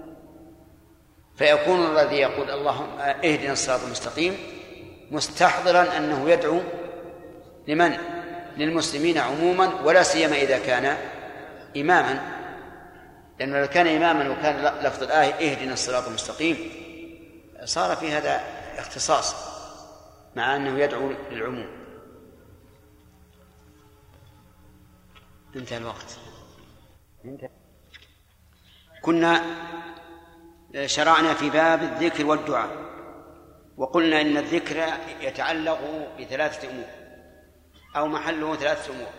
فيكون الذي يقول اللهم اهدنا الصراط المستقيم مستحضرا أنه يدعو لمن؟ للمسلمين عموما، ولا سيما إذا كان إماما، لأنه لو كان إماما وكان لفظ الآية اهدنا الصراط المستقيم صار في هذا اختصاص مع أنه يدعو للعموم. انتهى الوقت. كنا شرعنا في باب الذكر والدعاء، وقلنا إن الذكر يتعلق بثلاثة أمور أو محله ثلاثة أمور: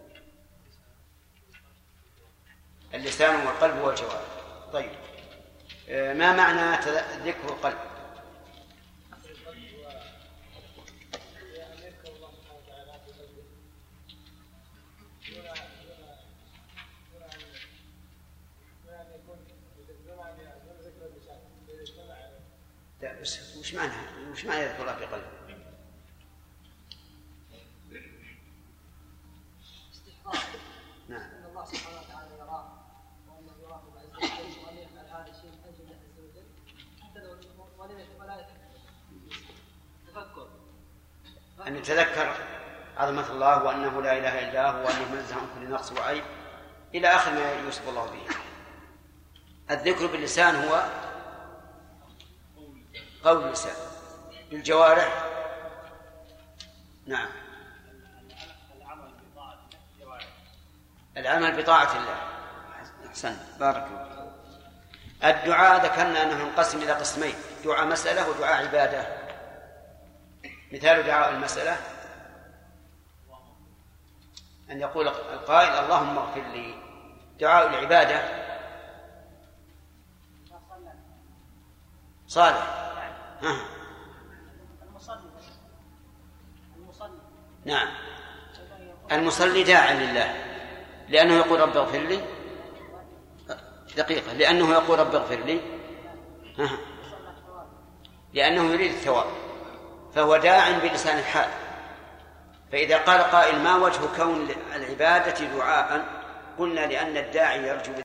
اللسان والقلب والجوارح. طيب، ما معنى ذكر القلب؟ لا بس وش معنى وش معنى يذكر الله في قلبه؟ استحقاق. نعم. ان الله سبحانه وتعالى يراه وانه يراه بعز وجل وان يفعل هذا الشيء من اجل الله عز وجل، حتى ولا تفكر ان يتذكر عظمة الله وانه لا اله الا هو وانه منزه عن كل نقص وعيب الى اخر ما يوصف الله به. الذكر باللسان هو قول اللسان، بالجوارح نعم العمل بطاعة الله. أحسن، بارك الله. الدعاء ذكرنا أنه ينقسم إلى قسمين: دعاء مسألة ودعاء عبادة. مثال دعاء المسألة أن يقول القائل اللهم اغفر لي. دعاء العبادة صالح. ها. المصلي المصلي نعم، المصلي داع لله لأنه يقول رب اغفر لي دقيقة، لأنه يقول رب اغفر لي، لأنه يريد الثواب، فهو داع بلسان الحال. فإذا قال قائل ما وجه كون العبادة دعاء؟ قلنا لأن الداعي يرجو